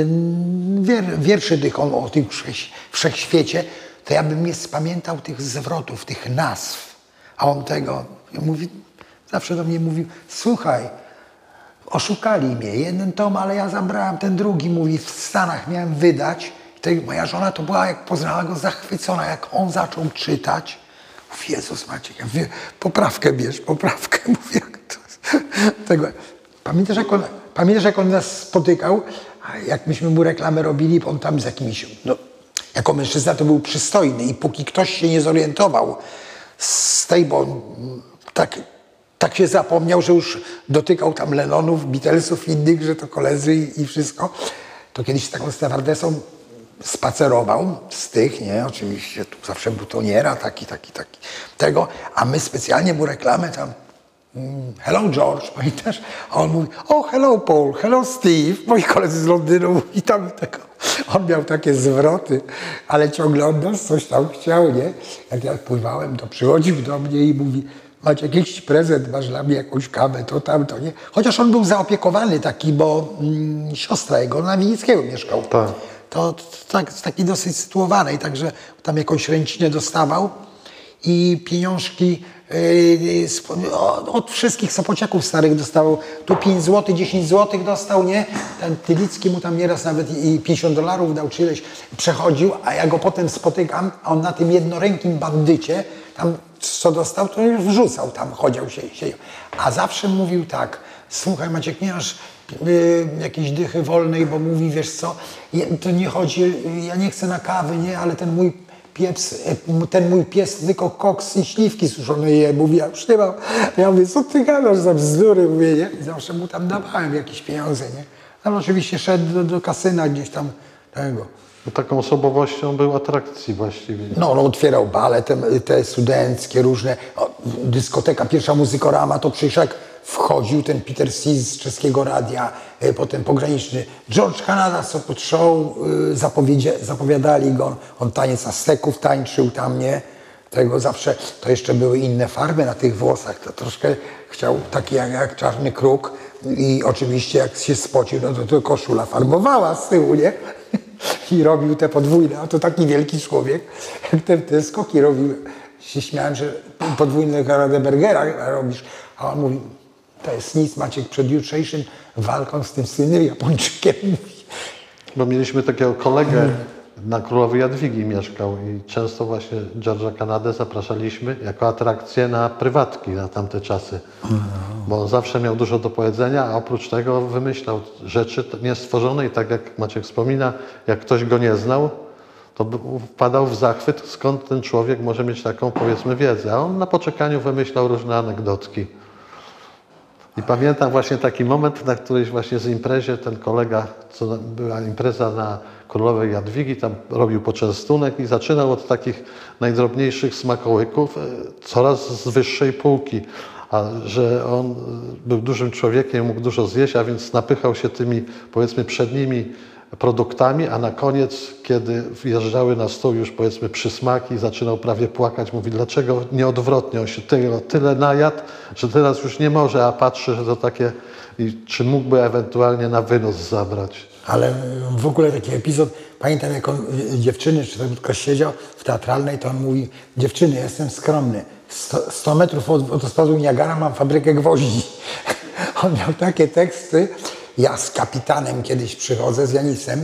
wier, wierszy tych on o tym wszechświecie, to ja bym nie spamiętał tych zwrotów, tych nazw. A on tego mówi, zawsze do mnie mówił, słuchaj, oszukali mnie, jeden tom, ale ja zabrałem ten drugi, mówi, w Stanach miałem wydać. I moja żona to była, jak poznała go, zachwycona, jak on zaczął czytać. Mówi, Jezus Maciek, ja mówię, poprawkę bierz, poprawkę, mówię, jak to, tego. Pamiętasz jak, on, pamiętasz, jak on nas spotykał, jak myśmy mu reklamę robili, on tam z jakimiś, no, jako mężczyzna to był przystojny i póki ktoś się nie zorientował z tej, bo on tak, tak się zapomniał, że już dotykał tam Lennonów, Beatlesów, innych, że to koledzy i, i wszystko, to kiedyś z taką stewardessą spacerował z tych, nie, oczywiście, tu zawsze butoniera, taki, taki, taki, tego, a my specjalnie mu reklamę tam, mm, hello George, pamiętasz? A on mówi, oh hello Paul, hello Steve, moi koledzy z Londynu i tam tego. On miał takie zwroty, ale ciągle on nas coś tam chciał, nie? Jak ja pływałem, to przychodził do mnie i mówi, macie jakiś prezent, masz dla mnie jakąś kawę, to tamto, nie? Chociaż on był zaopiekowany taki, bo mm, siostra jego na Winickiego mieszkał. Tak. To, to tak, taki dosyć sytuowanej, także tam jakąś ręcinę dostawał i pieniążki yy, od wszystkich Sopociaków starych dostawał. Tu pięć złotych, dziesięć złotych dostał, nie? Ten Tylicki mu tam nieraz nawet i pięćdziesiąt dolarów dał, czy ileś przechodził, a ja go potem spotykam, a on na tym jednorękim bandycie, tam co dostał, to już wrzucał, tam chodził się, siedział. A zawsze mówił tak, słuchaj Maciek, nie masz y, jakiejś dychy wolnej, bo mówi, wiesz co, ja, to nie chodzi, ja nie chcę na kawy, nie, ale ten mój pieps, ten mój pies tylko koks i śliwki suszone je, mówi, ja już nie mam. Ja mówię, co ty gadasz za bzdury, mówię, nie? I zawsze mu tam dawałem jakieś pieniądze, nie. Tam oczywiście szedł do, do kasyna gdzieś tam tego. Taką osobowością był atrakcji właściwie. No, on otwierał bale, te, te studenckie różne, o, dyskoteka, pierwsza muzykorama, to przecież jak wchodził ten Peter Sis z czeskiego radia, e, potem pograniczny George Canada, Sopot Show, e, zapowiedzie, zapowiadali go, on taniec Azteków tańczył tam, nie? Tego zawsze, to jeszcze były inne farby na tych włosach, to troszkę chciał taki jak, jak Czarny Kruk i oczywiście jak się spocił, no to, to koszula farbowała z tyłu, nie? I robił te podwójne, a to taki wielki człowiek, jak te, te skoki robił. Się śmiałem, że podwójnego Radebergera robisz, a on mówi, to jest nic Maciek przed jutrzejszym walką z tym słynnym Japończykiem. Bo mieliśmy takiego kolegę na Królowej Jadwigi mieszkał i często właśnie George'a Canadę zapraszaliśmy jako atrakcję na prywatki na tamte czasy. Bo on zawsze miał dużo do powiedzenia, a oprócz tego wymyślał rzeczy niestworzone i tak jak Maciek wspomina, jak ktoś go nie znał, to wpadał w zachwyt, skąd ten człowiek może mieć taką, powiedzmy, wiedzę. A on na poczekaniu wymyślał różne anegdotki. I pamiętam właśnie taki moment, na którejś właśnie z imprezie ten kolega, co była impreza na Królowej Jadwigi, tam robił poczęstunek i zaczynał od takich najdrobniejszych smakołyków, coraz z wyższej półki. A że on był dużym człowiekiem, mógł dużo zjeść, a więc napychał się tymi, powiedzmy, przednimi produktami, a na koniec, kiedy wjeżdżały na stół już, powiedzmy, przysmaki, zaczynał prawie płakać. Mówi, dlaczego nie odwrotnie? On się tyle, tyle najadł, że teraz już nie może, a patrzy, że to takie, i czy mógłby ewentualnie na wynos zabrać. Ale w ogóle taki epizod, pamiętam jak on, dziewczyny, czy tam ktoś siedział w teatralnej, to on mówi, dziewczyny, jestem skromny, sto metrów od wodospadu Niagara mam fabrykę gwoździ. On miał takie teksty. Ja z kapitanem kiedyś przychodzę, z Janisem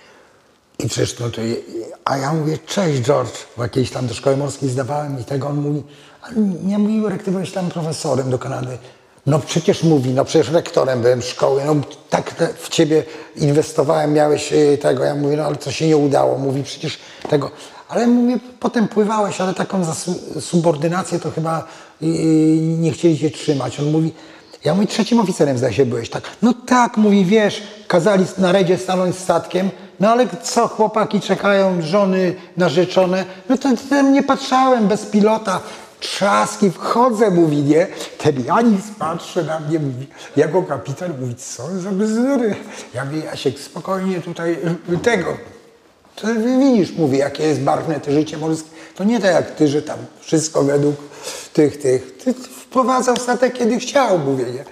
i przecież no to, a ja mówię, cześć George, bo jakiejś tam do szkoły morskiej zdawałem i tego, on mówi, ale nie mówi, Jurek, ty byłeś tam profesorem do Kanady. No przecież mówi, no przecież rektorem byłem szkoły, no tak w ciebie inwestowałem, miałeś tego, ja mówię, no ale to się nie udało, mówi, przecież tego, ale mówię, potem pływałeś, ale taką za subordynację to chyba nie chcieli cię trzymać. On mówi, ja mówię, trzecim oficerem zdaje się byłeś, tak. No tak, mówi, wiesz, kazali na redzie stanąć statkiem, no ale co, chłopaki czekają, żony narzeczone, no to tam nie patrzałem, bez pilota, trzaski, wchodzę, mówi, nie, ten Janis patrzy na mnie, mówi, jako kapitan, mówi, co za bzdury. Ja mówię, Jasiek, spokojnie tutaj tego, to widzisz, mówi, jakie jest barwne to życie morskie, to nie tak jak ty, że tam wszystko według tych, tych, ty wprowadzał statek, kiedy chciał, mówię, nie.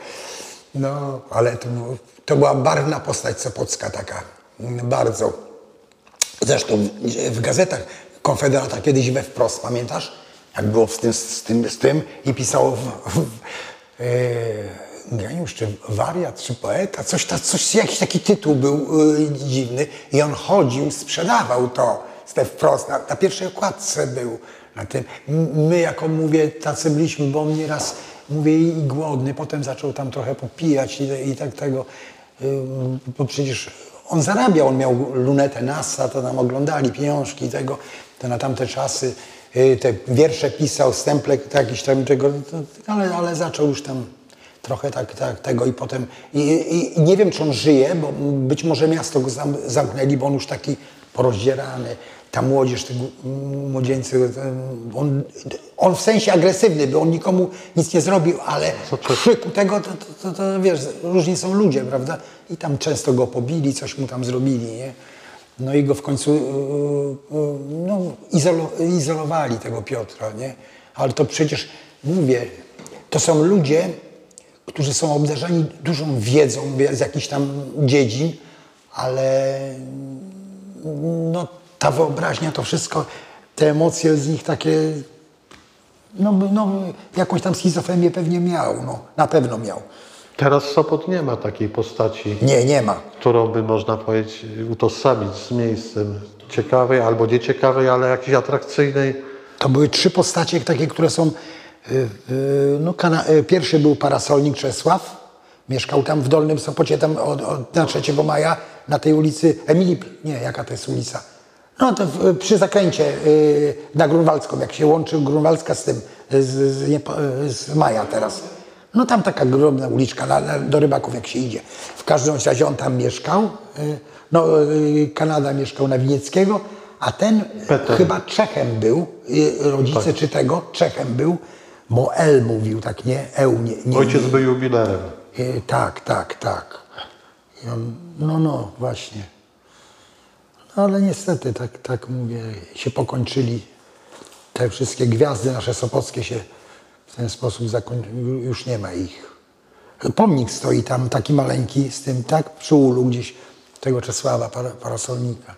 No, ale to, to była barwna postać sopocka taka, bardzo. Zresztą w, w gazetach Konfederata kiedyś we wprost, pamiętasz? Jak było z tym, z tym, z tym i pisało w, w, e, geniusz, czy wariat, czy poeta, coś, ta, coś, jakiś taki tytuł był e, dziwny i on chodził, sprzedawał to, te wprost, na, na pierwszej okładce był. Na tym. My, jako mówię, tacy byliśmy, bo on nieraz, mówię, i głodny, potem zaczął tam trochę popijać i, i tak tego, bo przecież on zarabiał, on miał lunetę NASA, to tam oglądali pieniążki i tego, to na tamte czasy te wiersze pisał, stemple jakiś tam tego, ale, ale zaczął już tam trochę tak, tak tego i potem, i, i, i nie wiem, czy on żyje, bo być może miasto go zam, zamknęli, bo on już taki porozdzierany. Ta młodzież, te młodzieńcy, on, on w sensie agresywny, bo on nikomu nic nie zrobił, ale krzyku tego, to, to, to, to wiesz, różni są ludzie, prawda? I tam często go pobili, coś mu tam zrobili, nie? No i go w końcu no, izolo, izolowali, tego Piotra, nie? Ale to przecież, mówię, to są ludzie, którzy są obdarzeni dużą wiedzą z jakichś tam dziedzin, ale no, ta wyobraźnia, to wszystko, te emocje z nich takie, no, no jakąś tam schizofrenię pewnie miał, no, na pewno miał. Teraz Sopot nie ma takiej postaci, Nie, nie ma. którą by, można powiedzieć, utożsamić z miejscem ciekawej albo nieciekawej, ale jakiejś atrakcyjnej. To były trzy postacie takie, które są, no, pierwszy był Parasolnik Czesław, mieszkał tam w Dolnym Sopocie, tam od, od, na trzeciego maja, na tej ulicy Emilii, nie, jaka to jest ulica? No to w, przy zakręcie yy, na Grunwaldzką, jak się łączy Grunwaldzka z tym, z, z, nie, z Maja teraz. No tam taka ogromna uliczka na, na, do Rybaków, jak się idzie. W każdym razie on tam mieszkał, yy, no yy, Kanada mieszkał na Winieckiego, a ten Peter. chyba Czechem był, yy, rodzice tak. czy tego, Czechem był, bo El mówił, tak nie? Eł, nie, nie Ojciec był jubilerem. Yy, tak, tak, tak. I on, no, no, właśnie. No, ale niestety, tak, tak mówię, się pokończyli. Te wszystkie gwiazdy nasze sopockie się w ten sposób zakończyły. Już nie ma ich. Pomnik stoi tam taki maleńki z tym, tak, przy ulu gdzieś tego Czesława Parasolnika.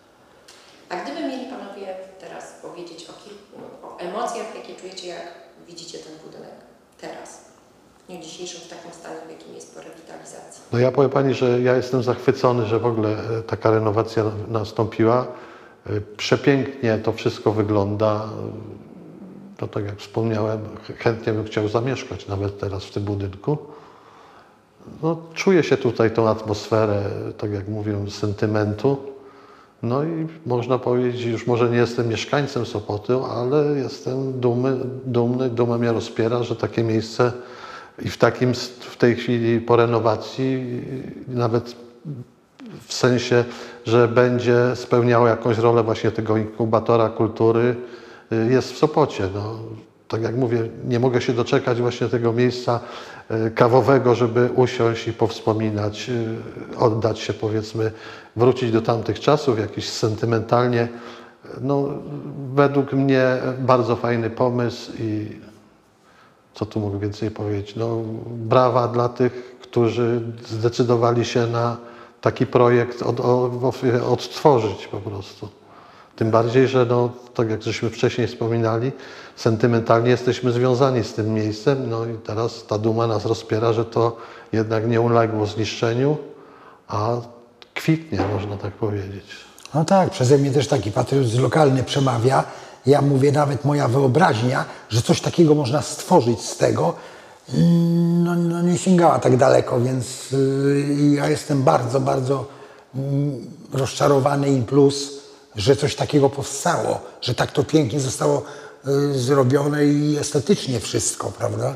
A gdyby mieli panowie teraz powiedzieć o kilku, o emocjach, jakie czujecie, jak widzicie ten budynek teraz, w dniu dzisiejszym, w takim stanie, w jakim jest po rewitalizacji? No ja powiem pani, że ja jestem zachwycony, że w ogóle taka renowacja nastąpiła. Przepięknie to wszystko wygląda. No tak jak wspomniałem, chętnie bym chciał zamieszkać nawet teraz w tym budynku. No, czuję się tutaj tą atmosferę, tak jak mówię, sentymentu. No i można powiedzieć, już może nie jestem mieszkańcem Sopotu, ale jestem dumny, dumny, duma mnie rozpiera, że takie miejsce i w takim, w tej chwili po renowacji, nawet w sensie, że będzie spełniało jakąś rolę właśnie tego inkubatora kultury, jest w Sopocie. No, tak jak mówię, nie mogę się doczekać właśnie tego miejsca kawowego, żeby usiąść i powspominać, oddać się, powiedzmy, wrócić do tamtych czasów, jakiś sentymentalnie. No, według mnie bardzo fajny pomysł i co tu mogę więcej powiedzieć? No, brawa dla tych, którzy zdecydowali się na taki projekt od, od, odtworzyć po prostu. Tym bardziej, że no, tak jak żeśmy wcześniej wspominali, sentymentalnie jesteśmy związani z tym miejscem, no i teraz ta duma nas rozpiera, że to jednak nie uległo zniszczeniu, a kwitnie, można tak powiedzieć. No tak, przeze mnie też taki patriotyzm lokalny przemawia. Ja mówię, nawet moja wyobraźnia, że coś takiego można stworzyć z tego, no, no nie sięgała tak daleko, więc yy, ja jestem bardzo, bardzo yy, rozczarowany i plus, że coś takiego powstało, że tak to pięknie zostało y, zrobione i estetycznie wszystko, prawda?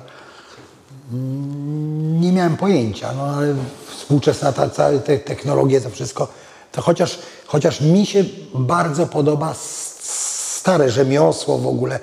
Mm, nie miałem pojęcia, no ale współczesna ta, cała te technologie, to wszystko, to chociaż, chociaż mi się bardzo podoba stare rzemiosło w ogóle,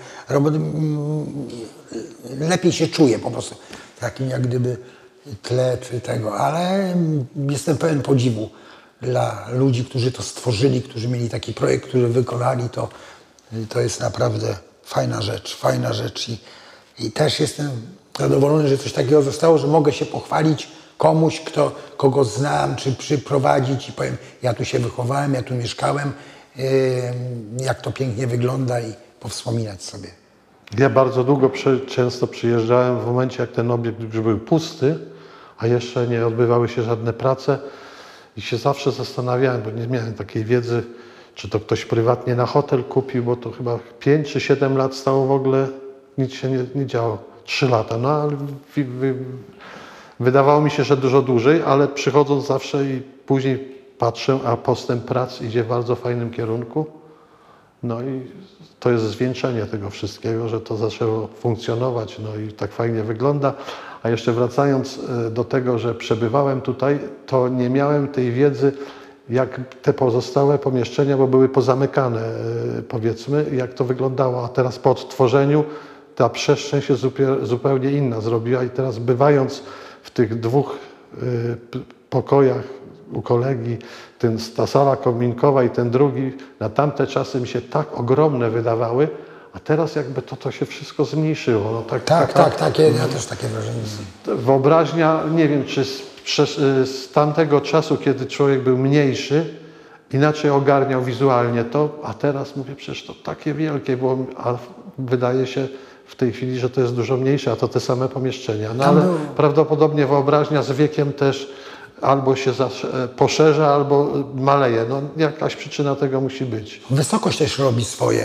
lepiej się czuję po prostu, takim jak gdyby tle czy tego, ale jestem pełen podziwu dla ludzi, którzy to stworzyli, którzy mieli taki projekt, który wykonali, to, to jest naprawdę fajna rzecz, fajna rzecz i, i też jestem zadowolony, że coś takiego zostało, że mogę się pochwalić komuś, kto, kogo znam, czy przyprowadzić i powiem, ja tu się wychowałem, ja tu mieszkałem, yy, jak to pięknie wygląda i powspominać sobie. Ja bardzo długo, przy, często przyjeżdżałem w momencie, jak ten obiekt już był pusty, a jeszcze nie odbywały się żadne prace i się zawsze zastanawiałem, bo nie miałem takiej wiedzy, czy to ktoś prywatnie na hotel kupił, bo to chyba pięć czy siedem lat stało w ogóle, nic się nie, nie działo, trzy lata, no ale wy, wy, wydawało mi się, że dużo dłużej, ale przychodząc zawsze i później patrzę, a postęp prac idzie w bardzo fajnym kierunku. No i to jest zwieńczenie tego wszystkiego, że to zaczęło funkcjonować, no i tak fajnie wygląda. A jeszcze wracając do tego, że przebywałem tutaj, to nie miałem tej wiedzy, jak te pozostałe pomieszczenia, bo były pozamykane, powiedzmy, jak to wyglądało. A teraz po odtworzeniu ta przestrzeń się zupełnie inna zrobiła i teraz bywając w tych dwóch pokojach u kolegi, ten, ta sala kominkowa i ten drugi, na tamte czasy mi się tak ogromne wydawały, a teraz jakby to, to się wszystko zmniejszyło. No tak, Tak, taka, tak, takie, ja też takie wrażenie. Wyobraźnia, nie wiem, czy z, z tamtego czasu, kiedy człowiek był mniejszy, inaczej ogarniał wizualnie to, a teraz mówię, przecież to takie wielkie było, a wydaje się w tej chwili, że to jest dużo mniejsze, a to te same pomieszczenia. No ale prawdopodobnie wyobraźnia z wiekiem też albo się poszerza, albo maleje. No, jakaś przyczyna tego musi być. Wysokość też robi swoje,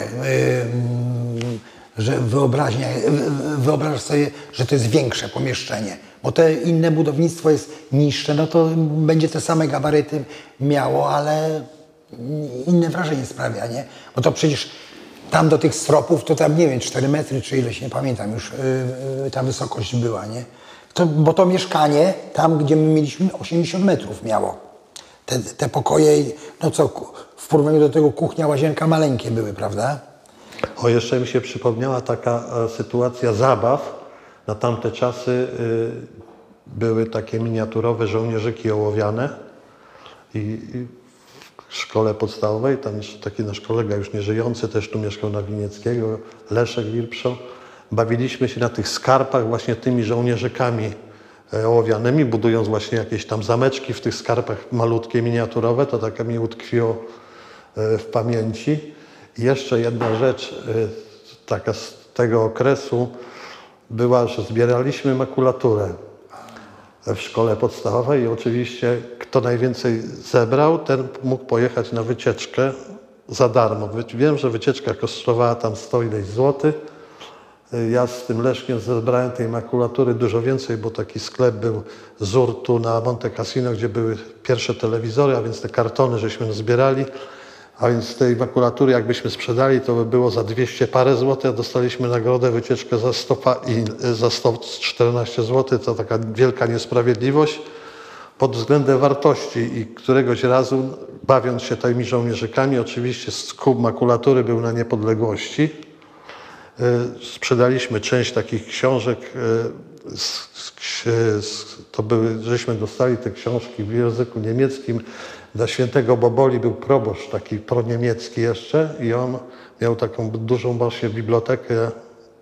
yy, że wyobraźnia, wyobrażasz sobie, że to jest większe pomieszczenie, bo te inne budownictwo jest niższe, no to będzie te same gabaryty miało, ale inne wrażenie sprawia, nie? Bo to przecież tam do tych stropów to tam, nie wiem, cztery metry czy ileś, nie pamiętam już, yy, ta wysokość była, nie? To, bo to mieszkanie, tam gdzie my mieliśmy osiemdziesiąt metrów miało. Te, te pokoje, no co, w porównaniu do tego kuchnia, łazienka maleńkie były, prawda? O, jeszcze mi się przypomniała taka e, sytuacja zabaw. Na tamte czasy y, były takie miniaturowe żołnierzyki ołowiane i, i w szkole podstawowej, tam jeszcze taki nasz kolega już nieżyjący, też tu mieszkał na Winieckiego, Leszek Wirpszow. Bawiliśmy się na tych skarpach właśnie tymi żołnierzykami ołowianymi, budując właśnie jakieś tam zameczki w tych skarpach malutkie, miniaturowe. To tak mi utkwiło w pamięci. I jeszcze jedna rzecz taka z tego okresu była, że zbieraliśmy makulaturę w szkole podstawowej i oczywiście kto najwięcej zebrał, ten mógł pojechać na wycieczkę za darmo. Wiem, że wycieczka kosztowała tam sto ileś złotych. Ja z tym Leszkiem zebrałem tej makulatury dużo więcej, bo taki sklep był z Urtu na Monte Cassino, gdzie były pierwsze telewizory, a więc te kartony żeśmy zbierali. A więc tej makulatury jakbyśmy sprzedali, to by było za dwieście parę złotych, a dostaliśmy nagrodę wycieczkę za sto, i za sto czternaście złotych. To taka wielka niesprawiedliwość pod względem wartości. I któregoś razu, bawiąc się tymi żołnierzykami, oczywiście skup makulatury był na niepodległości. Sprzedaliśmy część takich książek, z, z, z, to były, żeśmy dostali te książki w języku niemieckim. Dla świętego Boboli był proboszcz taki proniemiecki jeszcze i on miał taką dużą właśnie bibliotekę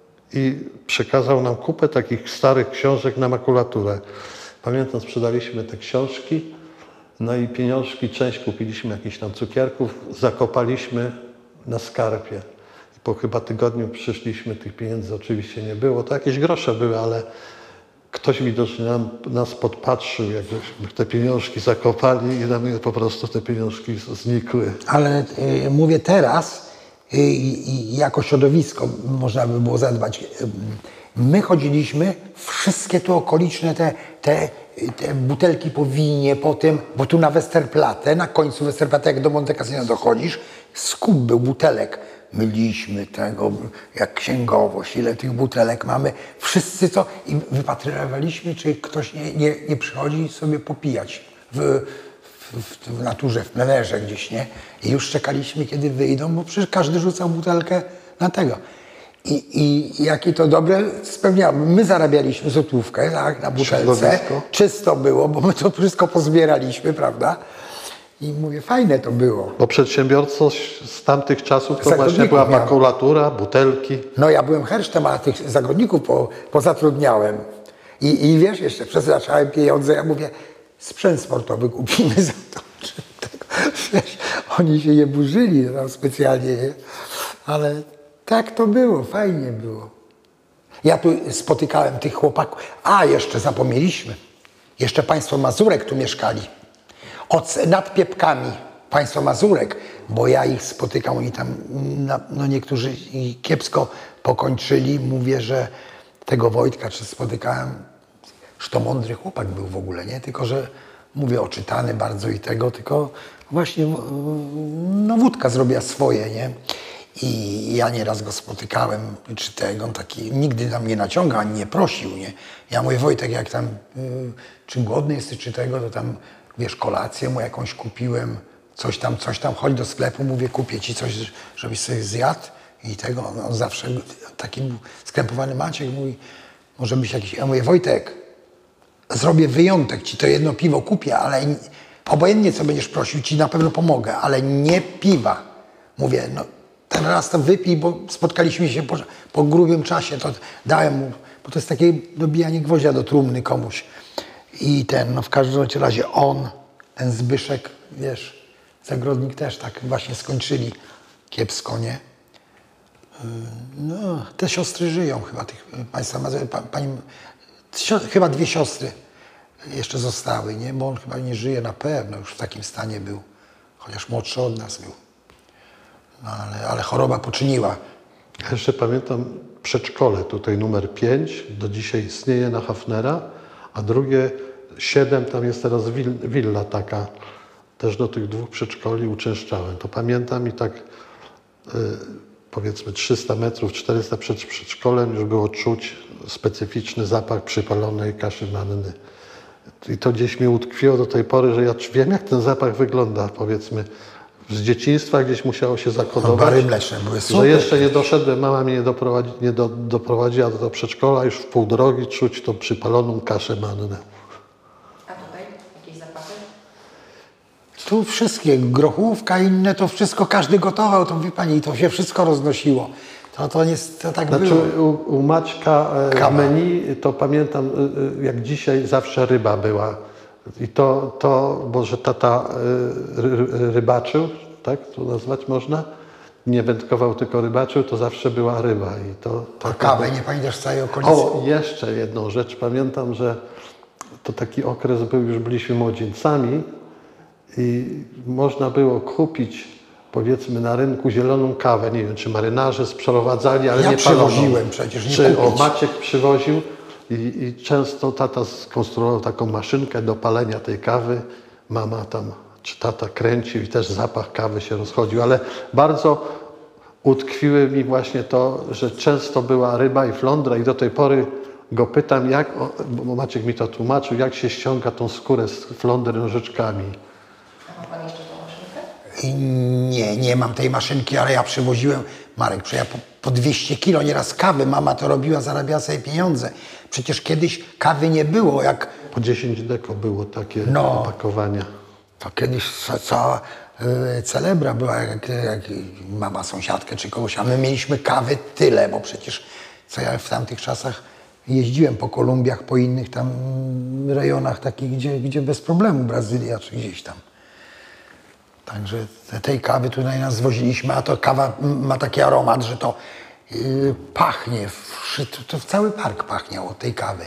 i przekazał nam kupę takich starych książek na makulaturę. Pamiętam, sprzedaliśmy te książki, no i pieniążki, część kupiliśmy jakichś tam cukierków, zakopaliśmy na skarpie. I po chyba tygodniu przyszliśmy, tych pieniędzy oczywiście nie było, to jakieś grosze były, ale ktoś widocznie nam, nas podpatrzył, jakbyśmy te pieniążki zakopali i nam po prostu te pieniążki znikły. Ale y, mówię teraz, y, y, jako środowisko można by było zadbać. Y, my chodziliśmy, wszystkie tu okoliczne te, te, te butelki po winie, po tym, bo tu na Westerplatte, na końcu Westerplatte, jak do Monte Cassino dochodzisz, skup był butelek. Myliśmy tego, jak księgowość, ile tych butelek mamy. Wszyscy to i wypatrywaliśmy, czy ktoś nie, nie, nie przychodzi sobie popijać w, w, w naturze, w plenerze gdzieś, nie? I już czekaliśmy, kiedy wyjdą, bo przecież każdy rzucał butelkę na tego. I, i jakie to dobre spełniało. My zarabialiśmy złotówkę, tak, na butelce. Czysto było, bo my to wszystko pozbieraliśmy, prawda? I mówię, fajne to było. Bo przedsiębiorczość z tamtych czasów to Zagodników właśnie była miałem. makulatura, butelki. No ja byłem hersztem, a tych zagodników po, pozatrudniałem. I, I wiesz, jeszcze przeznaczałem pieniądze, ja mówię, sprzęt sportowy kupimy za to. Czy tego. Wiesz, oni się nie burzyli tam specjalnie, nie? Ale tak to było, fajnie było. Ja tu spotykałem tych chłopaków. A, jeszcze zapomnieliśmy. Jeszcze państwo Mazurek tu mieszkali. Od, nad Piepkami, państwo Mazurek, bo ja ich spotykam, oni tam, no niektórzy kiepsko pokończyli. Mówię, że tego Wojtka, czy spotykałem, że to mądry chłopak był w ogóle, nie? Tylko, że mówię, oczytany bardzo i tego, tylko właśnie, no wódka zrobiła swoje, nie? I ja nieraz go spotykałem, czy tego, on taki, nigdy tam nie naciągał, ani nie prosił, nie? Ja mówię, Wojtek, jak tam, y, czy głodny jesteś, czy tego, to tam, wiesz, kolację mu jakąś kupiłem, coś tam, coś tam, chodź do sklepu, mówię, kupię ci coś, żebyś sobie zjadł i tego. On, on zawsze taki był skrępowany Maciek, mówi, może być jakiś, ja mówię, Wojtek, zrobię wyjątek, ci to jedno piwo kupię, ale obojętnie co będziesz prosił, ci na pewno pomogę, ale nie piwa. Mówię, no ten raz to wypij, bo spotkaliśmy się po, po grubym czasie, to dałem mu, bo to jest takie dobijanie gwoździa do trumny komuś. I ten, no w każdym razie on, ten Zbyszek, wiesz, Zagrodnik też tak właśnie skończyli kiepsko, nie? No, te siostry żyją chyba, tych państwa, pani, chyba dwie siostry jeszcze zostały, nie? Bo on chyba nie żyje na pewno, już w takim stanie był, chociaż młodszy od nas był. No, ale, ale choroba poczyniła. Ja jeszcze pamiętam przedszkole, tutaj numer pięć, do dzisiaj istnieje na Hafnera, a drugie siedem, tam jest teraz will, willa taka, też do tych dwóch przedszkoli uczęszczałem. To pamiętam i tak y, powiedzmy trzysta metrów, czterysta przed przedszkolem już było czuć specyficzny zapach przypalonej kaszy manny. I to gdzieś mi utkwiło do tej pory, że ja wiem, jak ten zapach wygląda, powiedzmy. Z dzieciństwa gdzieś musiało się zakodować, Bary mleczne były super. że jeszcze nie doszedłem, mama mnie nie, doprowadzi, nie do, doprowadziła do, do przedszkola, już w pół drogi czuć tą przypaloną kaszę mannę. A tutaj jakieś zapachy? Tu wszystkie, grochówka, inne, to wszystko każdy gotował, to wie pani, to się wszystko roznosiło. To, to, jest, to tak Znaczy było. u, u Maćka e, menu to pamiętam, e, jak dzisiaj zawsze ryba była. I to, to bo że tata y, ry, rybaczył, tak to nazwać można, nie wędkował, tylko rybaczył, to zawsze była ryba. I to, to, A kawę nie pamiętasz z całej okolicy? O, jeszcze jedną rzecz. Pamiętam, że to taki okres był, już byliśmy młodzieńcami i można było kupić powiedzmy na rynku zieloną kawę. Nie wiem, czy marynarze sprowadzali, ale Ja nie paloną. przywoziłem przecież, nie Czy, o, kupić. Maciek przywoził i, i często tata skonstruował taką maszynkę do palenia tej kawy. Mama tam, czy tata kręcił i też zapach kawy się rozchodził, ale bardzo utkwiły mi właśnie to, że często była ryba i flądra i do tej pory go pytam, jak, bo Maciek mi to tłumaczył, jak się ściąga tą skórę z flądry nożyczkami. A ma Pan jeszcze tą maszynkę? I nie, nie mam tej maszynki, ale ja przywoziłem, Marek, przecież ja po, po dwieście kilo nieraz kawy, mama to robiła, zarabiała sobie pieniądze. Przecież kiedyś kawy nie było, jak Po dziesięć deko było takie No. opakowania. to kiedyś ca- cała y, celebra była, jak, jak mama sąsiadkę czy kogoś, a my mieliśmy kawy tyle, bo przecież co ja w tamtych czasach jeździłem po Kolumbiach, po innych tam rejonach takich, gdzie, gdzie bez problemu Brazylia czy gdzieś tam. Także te- tej kawy tutaj nas zwoziliśmy, a to kawa ma taki aromat, że to yy, pachnie, wszy- to, to w cały park pachniał od tej kawy.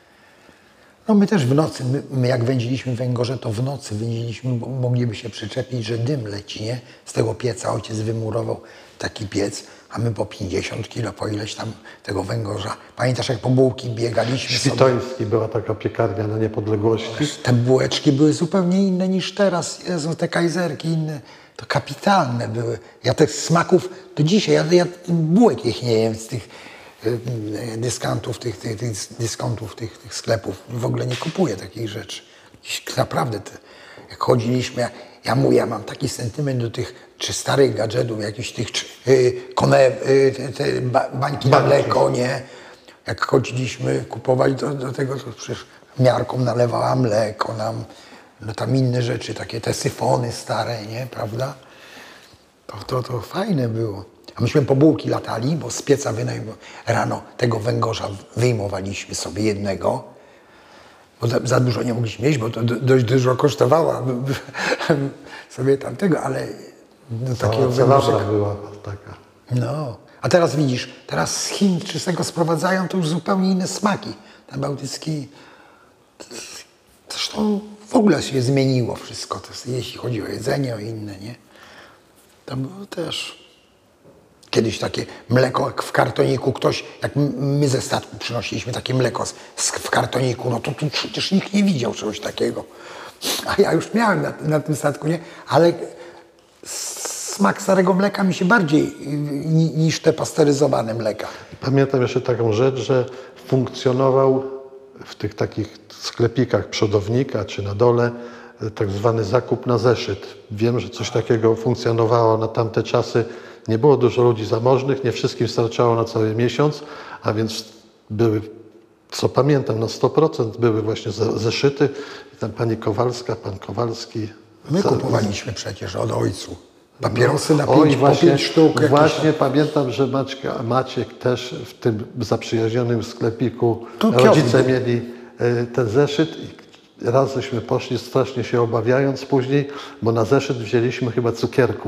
No my też w nocy, my, my jak wędziliśmy węgorze, to w nocy wędziliśmy, bo mogliby się przyczepić, że dym leci, nie? Z tego pieca ojciec wymurował taki piec, a my po pięćdziesiąt kilo, po ileś tam tego węgorza. Pamiętasz, jak po bułki biegaliśmy sobie? Świtoński była taka piekarnia na Niepodległości. Te bułeczki były zupełnie inne niż teraz. Jezu, te kajzerki inne, to kapitalne były. Ja tych smaków do dzisiaj, ja, ja bułek ich nie jem z tych y, y, dyskantów, tych, tych, tych dyskontów, tych, tych sklepów. W ogóle nie kupuję takich rzeczy. Dziś naprawdę, te, jak chodziliśmy, ja, ja mówię, ja mam taki sentyment do tych czy starych gadżetów, jakichś tych czy, y, kone, y, te, te ba, bańki na mleko, nie? Jak chodziliśmy, kupowali do, do tego, to przecież miarką nalewała mleko nam, no tam inne rzeczy, takie te syfony stare, nie, prawda? To, to, to fajne było. A myśmy po bułki latali, bo z pieca wynajm- rano tego węgorza wyjmowaliśmy sobie jednego, bo za, za dużo nie mogliśmy mieć, bo to do, dość dużo kosztowało sobie tamtego, ale no, takiego Cała węgorza. celebra była taka. No, a teraz widzisz, teraz z Chin czy z tego sprowadzają, to już zupełnie inne smaki. Ten bałtycki, zresztą w ogóle się zmieniło wszystko, to jest, jeśli chodzi o jedzenie, o inne, nie? Tam było też kiedyś takie mleko jak w kartoniku, ktoś, jak m- my ze statku przynosiliśmy takie mleko z, z, w kartoniku, no to tu przecież nikt nie widział czegoś takiego. A ja już miałem na, na tym statku, nie? Ale smak starego mleka mi się bardziej y, ni- niż te pasteryzowane mleka. Pamiętam jeszcze taką rzecz, że funkcjonował w tych takich sklepikach przodownika czy na dole e, tak zwany zakup na zeszyt. Wiem, że coś takiego funkcjonowało na tamte czasy. Nie było dużo ludzi zamożnych, nie wszystkim starczało na cały miesiąc, a więc były, co pamiętam, na sto procent były właśnie ze- zeszyty. I tam pani Kowalska, pan Kowalski. My za- kupowaliśmy przecież od ojcu. Papierosy na Oj, pięć, po właśnie, pięć sztuk. jakieś Właśnie pamiętam, że Maćka, Maciek też w tym zaprzyjaźnionym sklepiku To rodzice kiosk. mieli e, ten zeszyt i raz żeśmy poszli strasznie się obawiając później, bo na zeszyt wzięliśmy chyba cukierków.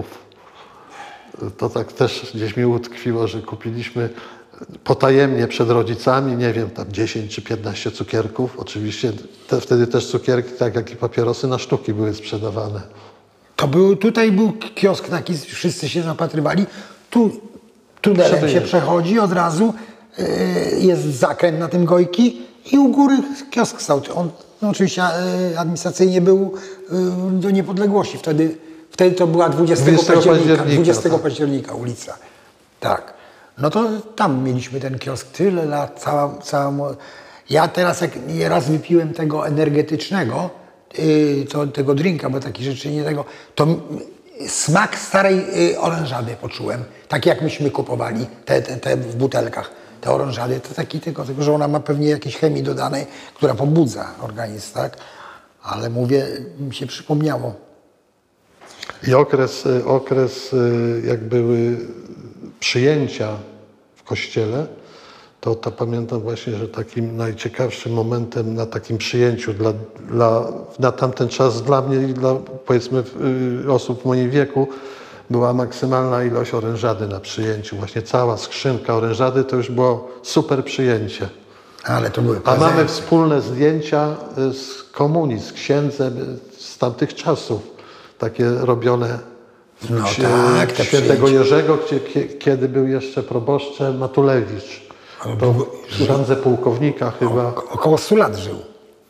To tak też gdzieś mi utkwiło, że kupiliśmy potajemnie przed rodzicami, nie wiem, tam dziesięć czy piętnaście cukierków. Oczywiście te, wtedy też cukierki, tak jak i papierosy, na sztuki były sprzedawane. To był, tutaj był kiosk taki, wszyscy się zapatrywali. Tu tunelem się Przebyjesz. przechodzi od razu, yy, jest zakręt na tym Gojki i u góry kiosk stał. On no, oczywiście yy, administracyjnie był yy, do niepodległości. Wtedy, wtedy to była dwudziestego dwudziestego października, października, dwudziestego tak. października ulica. Tak. No to tam mieliśmy ten kiosk tyle lat, cała, cała... mo- Ja teraz jak raz wypiłem tego energetycznego, yy, to, tego drinka, bo takich rzeczy nie tego, to m- smak starej yy, orężady poczułem. Tak jak myśmy kupowali te, te, te w butelkach. Te orężady to taki tylko, tylko, że ona ma pewnie jakiejś chemii dodanej, która pobudza organizm, tak? Ale mówię, mi się przypomniało. I okres, y, okres y, jak były przyjęcia w kościele, to, to pamiętam właśnie, że takim najciekawszym momentem na takim przyjęciu dla, dla, na tamten czas dla mnie i dla powiedzmy y, osób w moim wieku była maksymalna ilość orężady na przyjęciu. Właśnie cała skrzynka orężady to już było super przyjęcie. Ale to były A prezenty. mamy wspólne zdjęcia y, z komunii, z księdzem y, z tamtych czasów. Takie robione No ksi- tak, te świętego przyjęcia. Jerzego, gdzie, kie- kiedy był jeszcze proboszczem Matulewicz. To w randze pułkownika chyba. Około stu lat żył.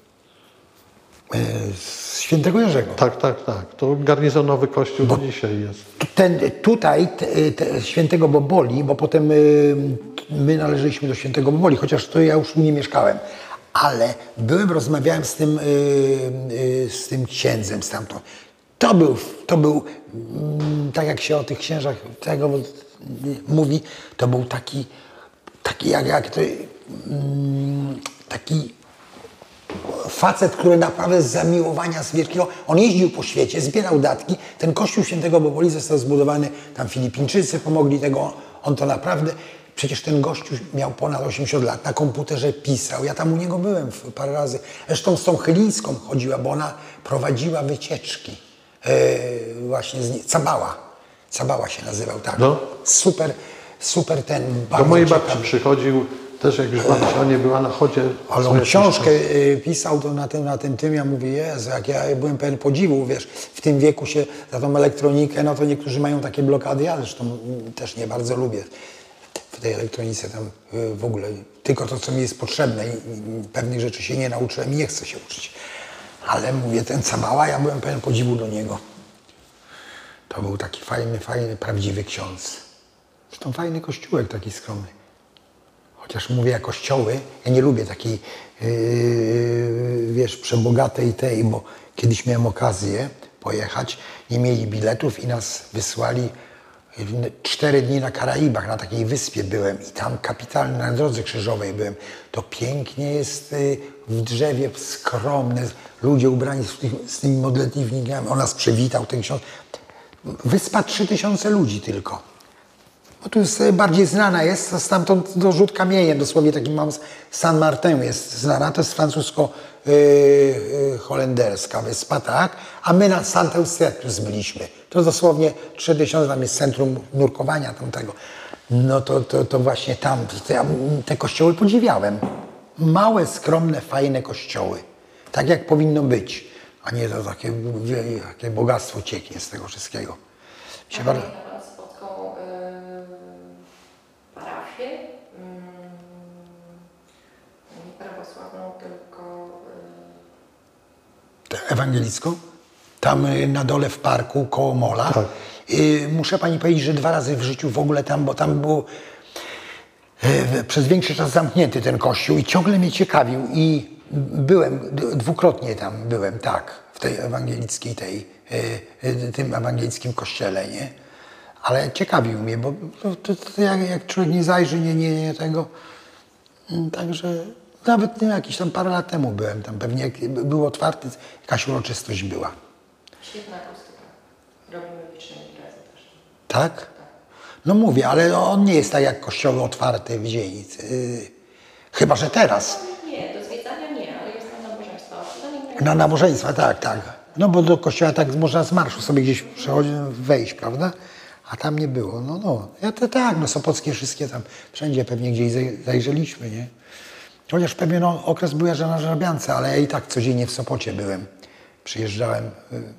E, Z świętego Jerzego. Tak, tak, tak. To garnizonowy kościół do dzisiaj jest. Ten, tutaj te, te, świętego Boboli, bo potem y, my należeliśmy do świętego Boboli, chociaż to ja już nie mieszkałem. Ale byłem, rozmawiałem z tym, y, y, z tym księdzem stamtąd. To był, to był mm, tak jak się o tych księżach tego mówi, to był taki, taki jak, jak to, mm, taki facet, który naprawdę z zamiłowania z wielkiego, on jeździł po świecie, zbierał datki. Ten kościół świętego Boboli został zbudowany, tam Filipińczycy pomogli tego, on to naprawdę, przecież ten gościu miał ponad osiemdziesiąt lat, na komputerze pisał, ja tam u niego byłem parę razy. Zresztą z tą Chylińską chodziła, bo ona prowadziła wycieczki, e, właśnie z, Cabała, Cabała się nazywał, tak. No. Super, super ten, Do bardzo mojej ciekawy. babci przychodził też, jak już babcia nie była na chodzie. Ale co on jakiś książkę czas. y, pisał to na tym, na tym, tym, ja mówię, Jezu, jak ja byłem pełen podziwu, wiesz, w tym wieku się za tą elektronikę, no to niektórzy mają takie blokady, ja zresztą mm, też nie bardzo lubię w tej elektronice tam y, w ogóle, tylko to, co mi jest potrzebne i, i pewnych rzeczy się nie nauczyłem i nie chcę się uczyć. Ale mówię, ten Cabała, ja byłem pełen podziwu do niego. To był taki fajny, fajny, prawdziwy ksiądz. Zresztą fajny kościółek, taki skromny. Chociaż mówię jak kościoły, ja nie lubię takiej, yy, wiesz, przebogatej tej, bo kiedyś miałem okazję pojechać, nie mieli biletów i nas wysłali cztery dni na Karaibach, na takiej wyspie byłem i tam kapitalnie, na Drodze Krzyżowej byłem. To pięknie jest yy, w drzewie, skromne, ludzie ubrani z, tych, z tymi modlitewnikami, on nas przywitał, ten ksiądz. Wyspa trzy tysiące ludzi tylko. No tu jest bardziej znana jest, stamtąd do rzut kamieniem, dosłownie takim mam San Martin jest znana, to jest francusko-holenderska wyspa, tak? A my na Saint-Eustatius byliśmy. To dosłownie trzy tysiące, tam jest centrum nurkowania tamtego. No to, to, to właśnie tam, to ja te kościoły podziwiałem. Małe, skromne, fajne kościoły. Tak jak powinno być, a nie to takie, takie bogactwo cieknie z tego wszystkiego. Się bardzo... Pan spotkał y, parafię, y, nie prawosławną, tylko y, Tę ewangelicką, tam y, na dole w parku koło mola. Tak. Y, muszę pani powiedzieć, że dwa razy w życiu w ogóle tam, bo tam był y, przez większy czas zamknięty ten kościół i ciągle mnie ciekawił i byłem, d- dwukrotnie tam byłem, tak, w tej ewangelickiej, tej, y, y, tym ewangelickim kościele, nie? Ale ciekawił mnie, bo to, to, to jak, jak człowiek nie zajrzy, nie, nie, nie tego, mm, także nawet nie, jakieś tam parę lat temu byłem tam, pewnie jak był otwarty, jakaś uroczystość była. świetna akustyka. Robimy liczne imprezy też. Tak? No mówię, ale on nie jest tak jak kościoły otwarte w dzień. Yy, chyba, że teraz. Nie, do zwiedzania nie, ale jest na nabożeństwa. To nie Na nabożeństwa, tak, tak. No bo do kościoła tak można z marszu sobie gdzieś przechodzić, wejść, prawda? A tam nie było. No, no. Ja to tak, no Sopockie wszystkie tam, wszędzie pewnie gdzieś zaj- zajrzeliśmy, nie? Chociaż pewien no, okres był ja na Żabiance, ale ja i tak codziennie w Sopocie byłem. Przyjeżdżałem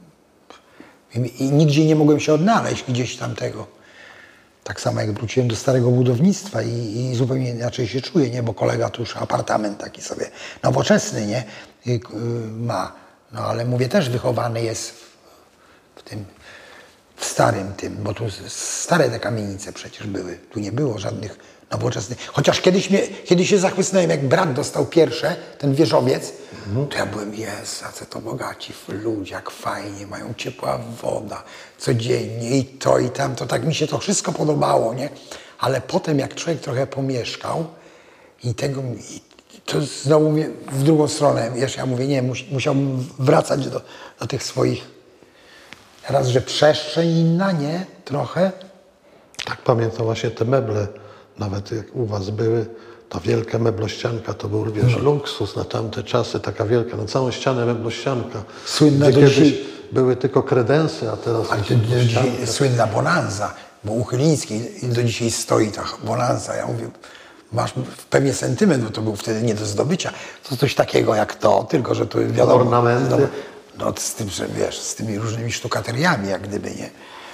yy, i, i nigdzie nie mogłem się odnaleźć gdzieś tam tego. Tak samo jak wróciłem do starego budownictwa i, i zupełnie inaczej się czuję, nie? Bo kolega tu już apartament taki sobie nowoczesny, nie? I, yy, ma. No ale mówię, też wychowany jest w, w tym, w starym tym, bo tu stare te kamienice przecież były. Tu nie było żadnych nowoczesnych. Chociaż kiedyś, mnie, kiedyś się zachłysnąłem, jak brat dostał pierwsze, ten wieżowiec, to ja byłem, jest, a co to bogaci ludzie, jak fajnie, mają ciepła woda codziennie i to i tamto. Tak mi się to wszystko podobało, nie? Ale potem jak człowiek trochę pomieszkał i tego, i to znowu mnie w drugą stronę, wiesz, ja mówię, nie, mus, musiałbym wracać do, do tych swoich, raz, że przestrzeń inna, nie? Trochę. Tak pamiętam właśnie te meble, nawet jak u was były, ta wielka meblościanka to był, wiesz, luksus na tamte czasy, taka wielka, na całą ścianę meblościanka. Słynna Gdzie do kiedyś dzisiaj- były tylko kredensy, a teraz Ale jest to, to dzisiaj meblościanka. słynna Bonanza, bo u Chylińskiej do dzisiaj stoi ta Bonanza. Ja mówię, masz pewnie sentyment, bo to był wtedy nie do zdobycia. To coś takiego jak to, tylko że to wiadomo. Ornamenty. No, no z tym, że wiesz, z tymi różnymi sztukateriami, jak gdyby, nie?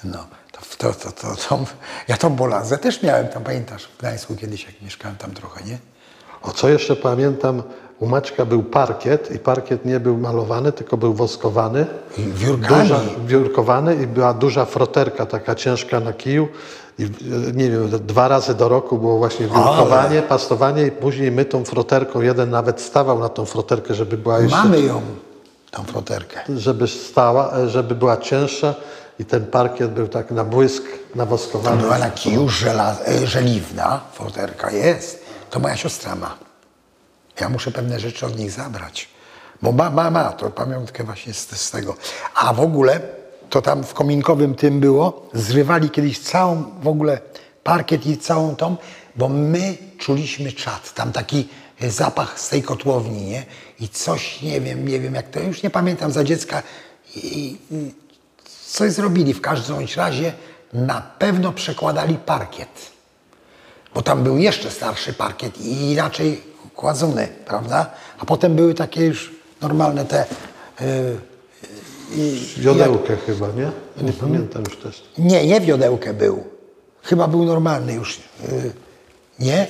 No, to, to, to, to, to, ja tą Bolanzę też miałem tam, pamiętasz, w Gdańsku kiedyś, jak mieszkałem tam trochę, nie? O co jeszcze pamiętam, u Maćka był parkiet i parkiet nie był malowany, tylko był woskowany. I wiórkami. Duża, wiórkowany i była duża froterka taka ciężka na kiju. I nie wiem, dwa razy do roku było właśnie wiórkowanie, Ale. pastowanie i później my tą froterką, jeden nawet stawał na tą froterkę, żeby była jeszcze... Mamy ją, tą froterkę. Żeby stała, żeby była cięższa i ten parkiet był tak na błysk nawoskowany. Była na kiju żela, e, żeliwna, froterka jest. To moja siostra ma. Ja muszę pewne rzeczy od nich zabrać. Bo ma, ma, ma, to pamiątkę właśnie z, z tego. A w ogóle, to tam w kominkowym tym było, zrywali kiedyś całą w ogóle parkiet i całą tą, bo my czuliśmy czad. Tam taki zapach z tej kotłowni, nie? I coś, nie wiem, nie wiem jak to, już nie pamiętam za dziecka. I, i coś zrobili. W każdym bądź razie na pewno przekładali parkiet. Bo tam był jeszcze starszy parkiet i inaczej kładzony, prawda? A potem były takie już normalne te... Yy, Wiodełkę jak... chyba, nie? Ja nie pamiętam już też. Nie, nie wiodełkę był. Chyba był normalny już. Yy, nie?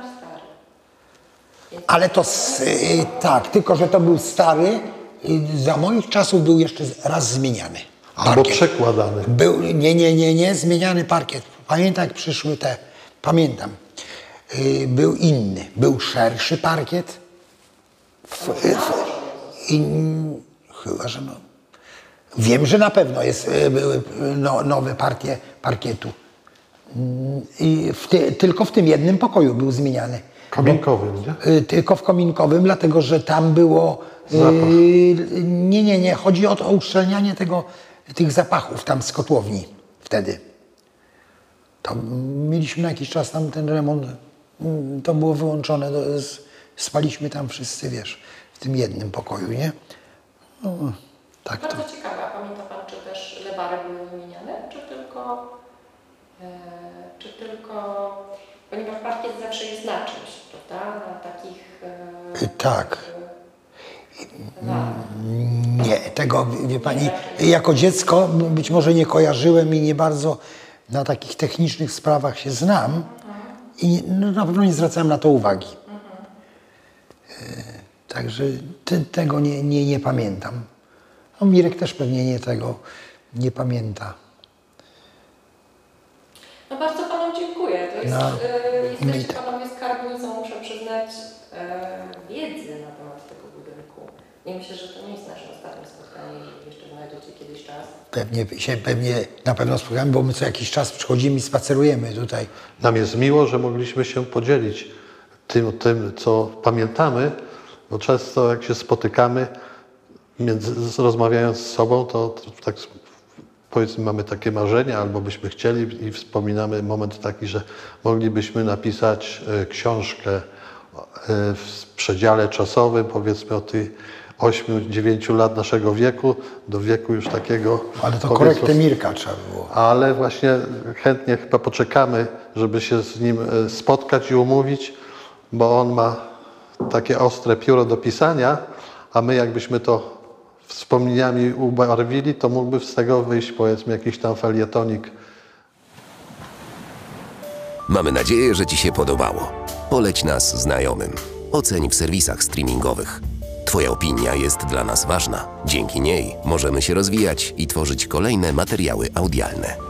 Ale to s- yy, tak, tylko że to był stary. Yy, za moich czasów był jeszcze raz zmieniany. Albo Parkiet. przekładany. Był, nie, nie, nie, nie, zmieniany parkiet. Pamiętam jak przyszły te, pamiętam. Yy, był inny, był szerszy parkiet. W, w, i, chyba, że no. Wiem, że na pewno jest, yy, były no, nowe partie parkietu. Yy, I w ty, tylko w tym jednym pokoju był zmieniany. Kominkowym, nie? Yy, tylko w kominkowym, dlatego że tam było... Yy, nie, nie, nie. Chodzi o to o uszczelnianie tego, tych zapachów tam z kotłowni wtedy. To mieliśmy na jakiś czas tam ten remont, to było wyłączone, do, spaliśmy tam wszyscy, wiesz, w tym jednym pokoju, nie? No, tak to. Bardzo ciekawe, a pamięta Pan, czy też lewary były wymieniane, czy tylko, e, czy tylko, ponieważ parkiet zawsze jest na czymś, prawda, na takich... E, tak. e, na, Nie, tego, wie Pani, jako dziecko być może nie kojarzyłem i nie bardzo na takich technicznych sprawach się znam i no, na pewno nie zwracałem na to uwagi. E, także te, tego nie, nie, nie pamiętam. No, Mirek też pewnie nie tego nie pamięta. No bardzo Panom dziękuję. To jest, No, e, jesteście my- Panowie skarbnicą, muszę przyznać, e, wiedzy na temat tego budynku. I myślę, że to nie jest nasze ostatnie spotkanie, jeszcze znajdziecie kiedyś czas. Pewnie się, pewnie na pewno spotkamy, bo my co jakiś czas przychodzimy i spacerujemy tutaj. Nam jest miło, że mogliśmy się podzielić tym, tym co pamiętamy, bo często jak się spotykamy, między, z- rozmawiając z sobą, to, to tak powiedzmy mamy takie marzenia, albo byśmy chcieli i wspominamy moment taki, że moglibyśmy napisać e, książkę e, w przedziale czasowym, powiedzmy od tych ośmiu, dziewięciu lat naszego wieku do wieku już takiego... Ale to powiedzmy, korektę Mirka trzeba było. ale właśnie chętnie chyba poczekamy, żeby się z nim e, spotkać i umówić, bo on ma takie ostre pióro do pisania, a my jakbyśmy to wspomnieniami ubarwili, to mógłby z tego wyjść powiedzmy jakiś tam felietonik. Mamy nadzieję, że Ci się podobało. Poleć nas znajomym. Oceń w serwisach streamingowych. Twoja opinia jest dla nas ważna. Dzięki niej możemy się rozwijać i tworzyć kolejne materiały audialne.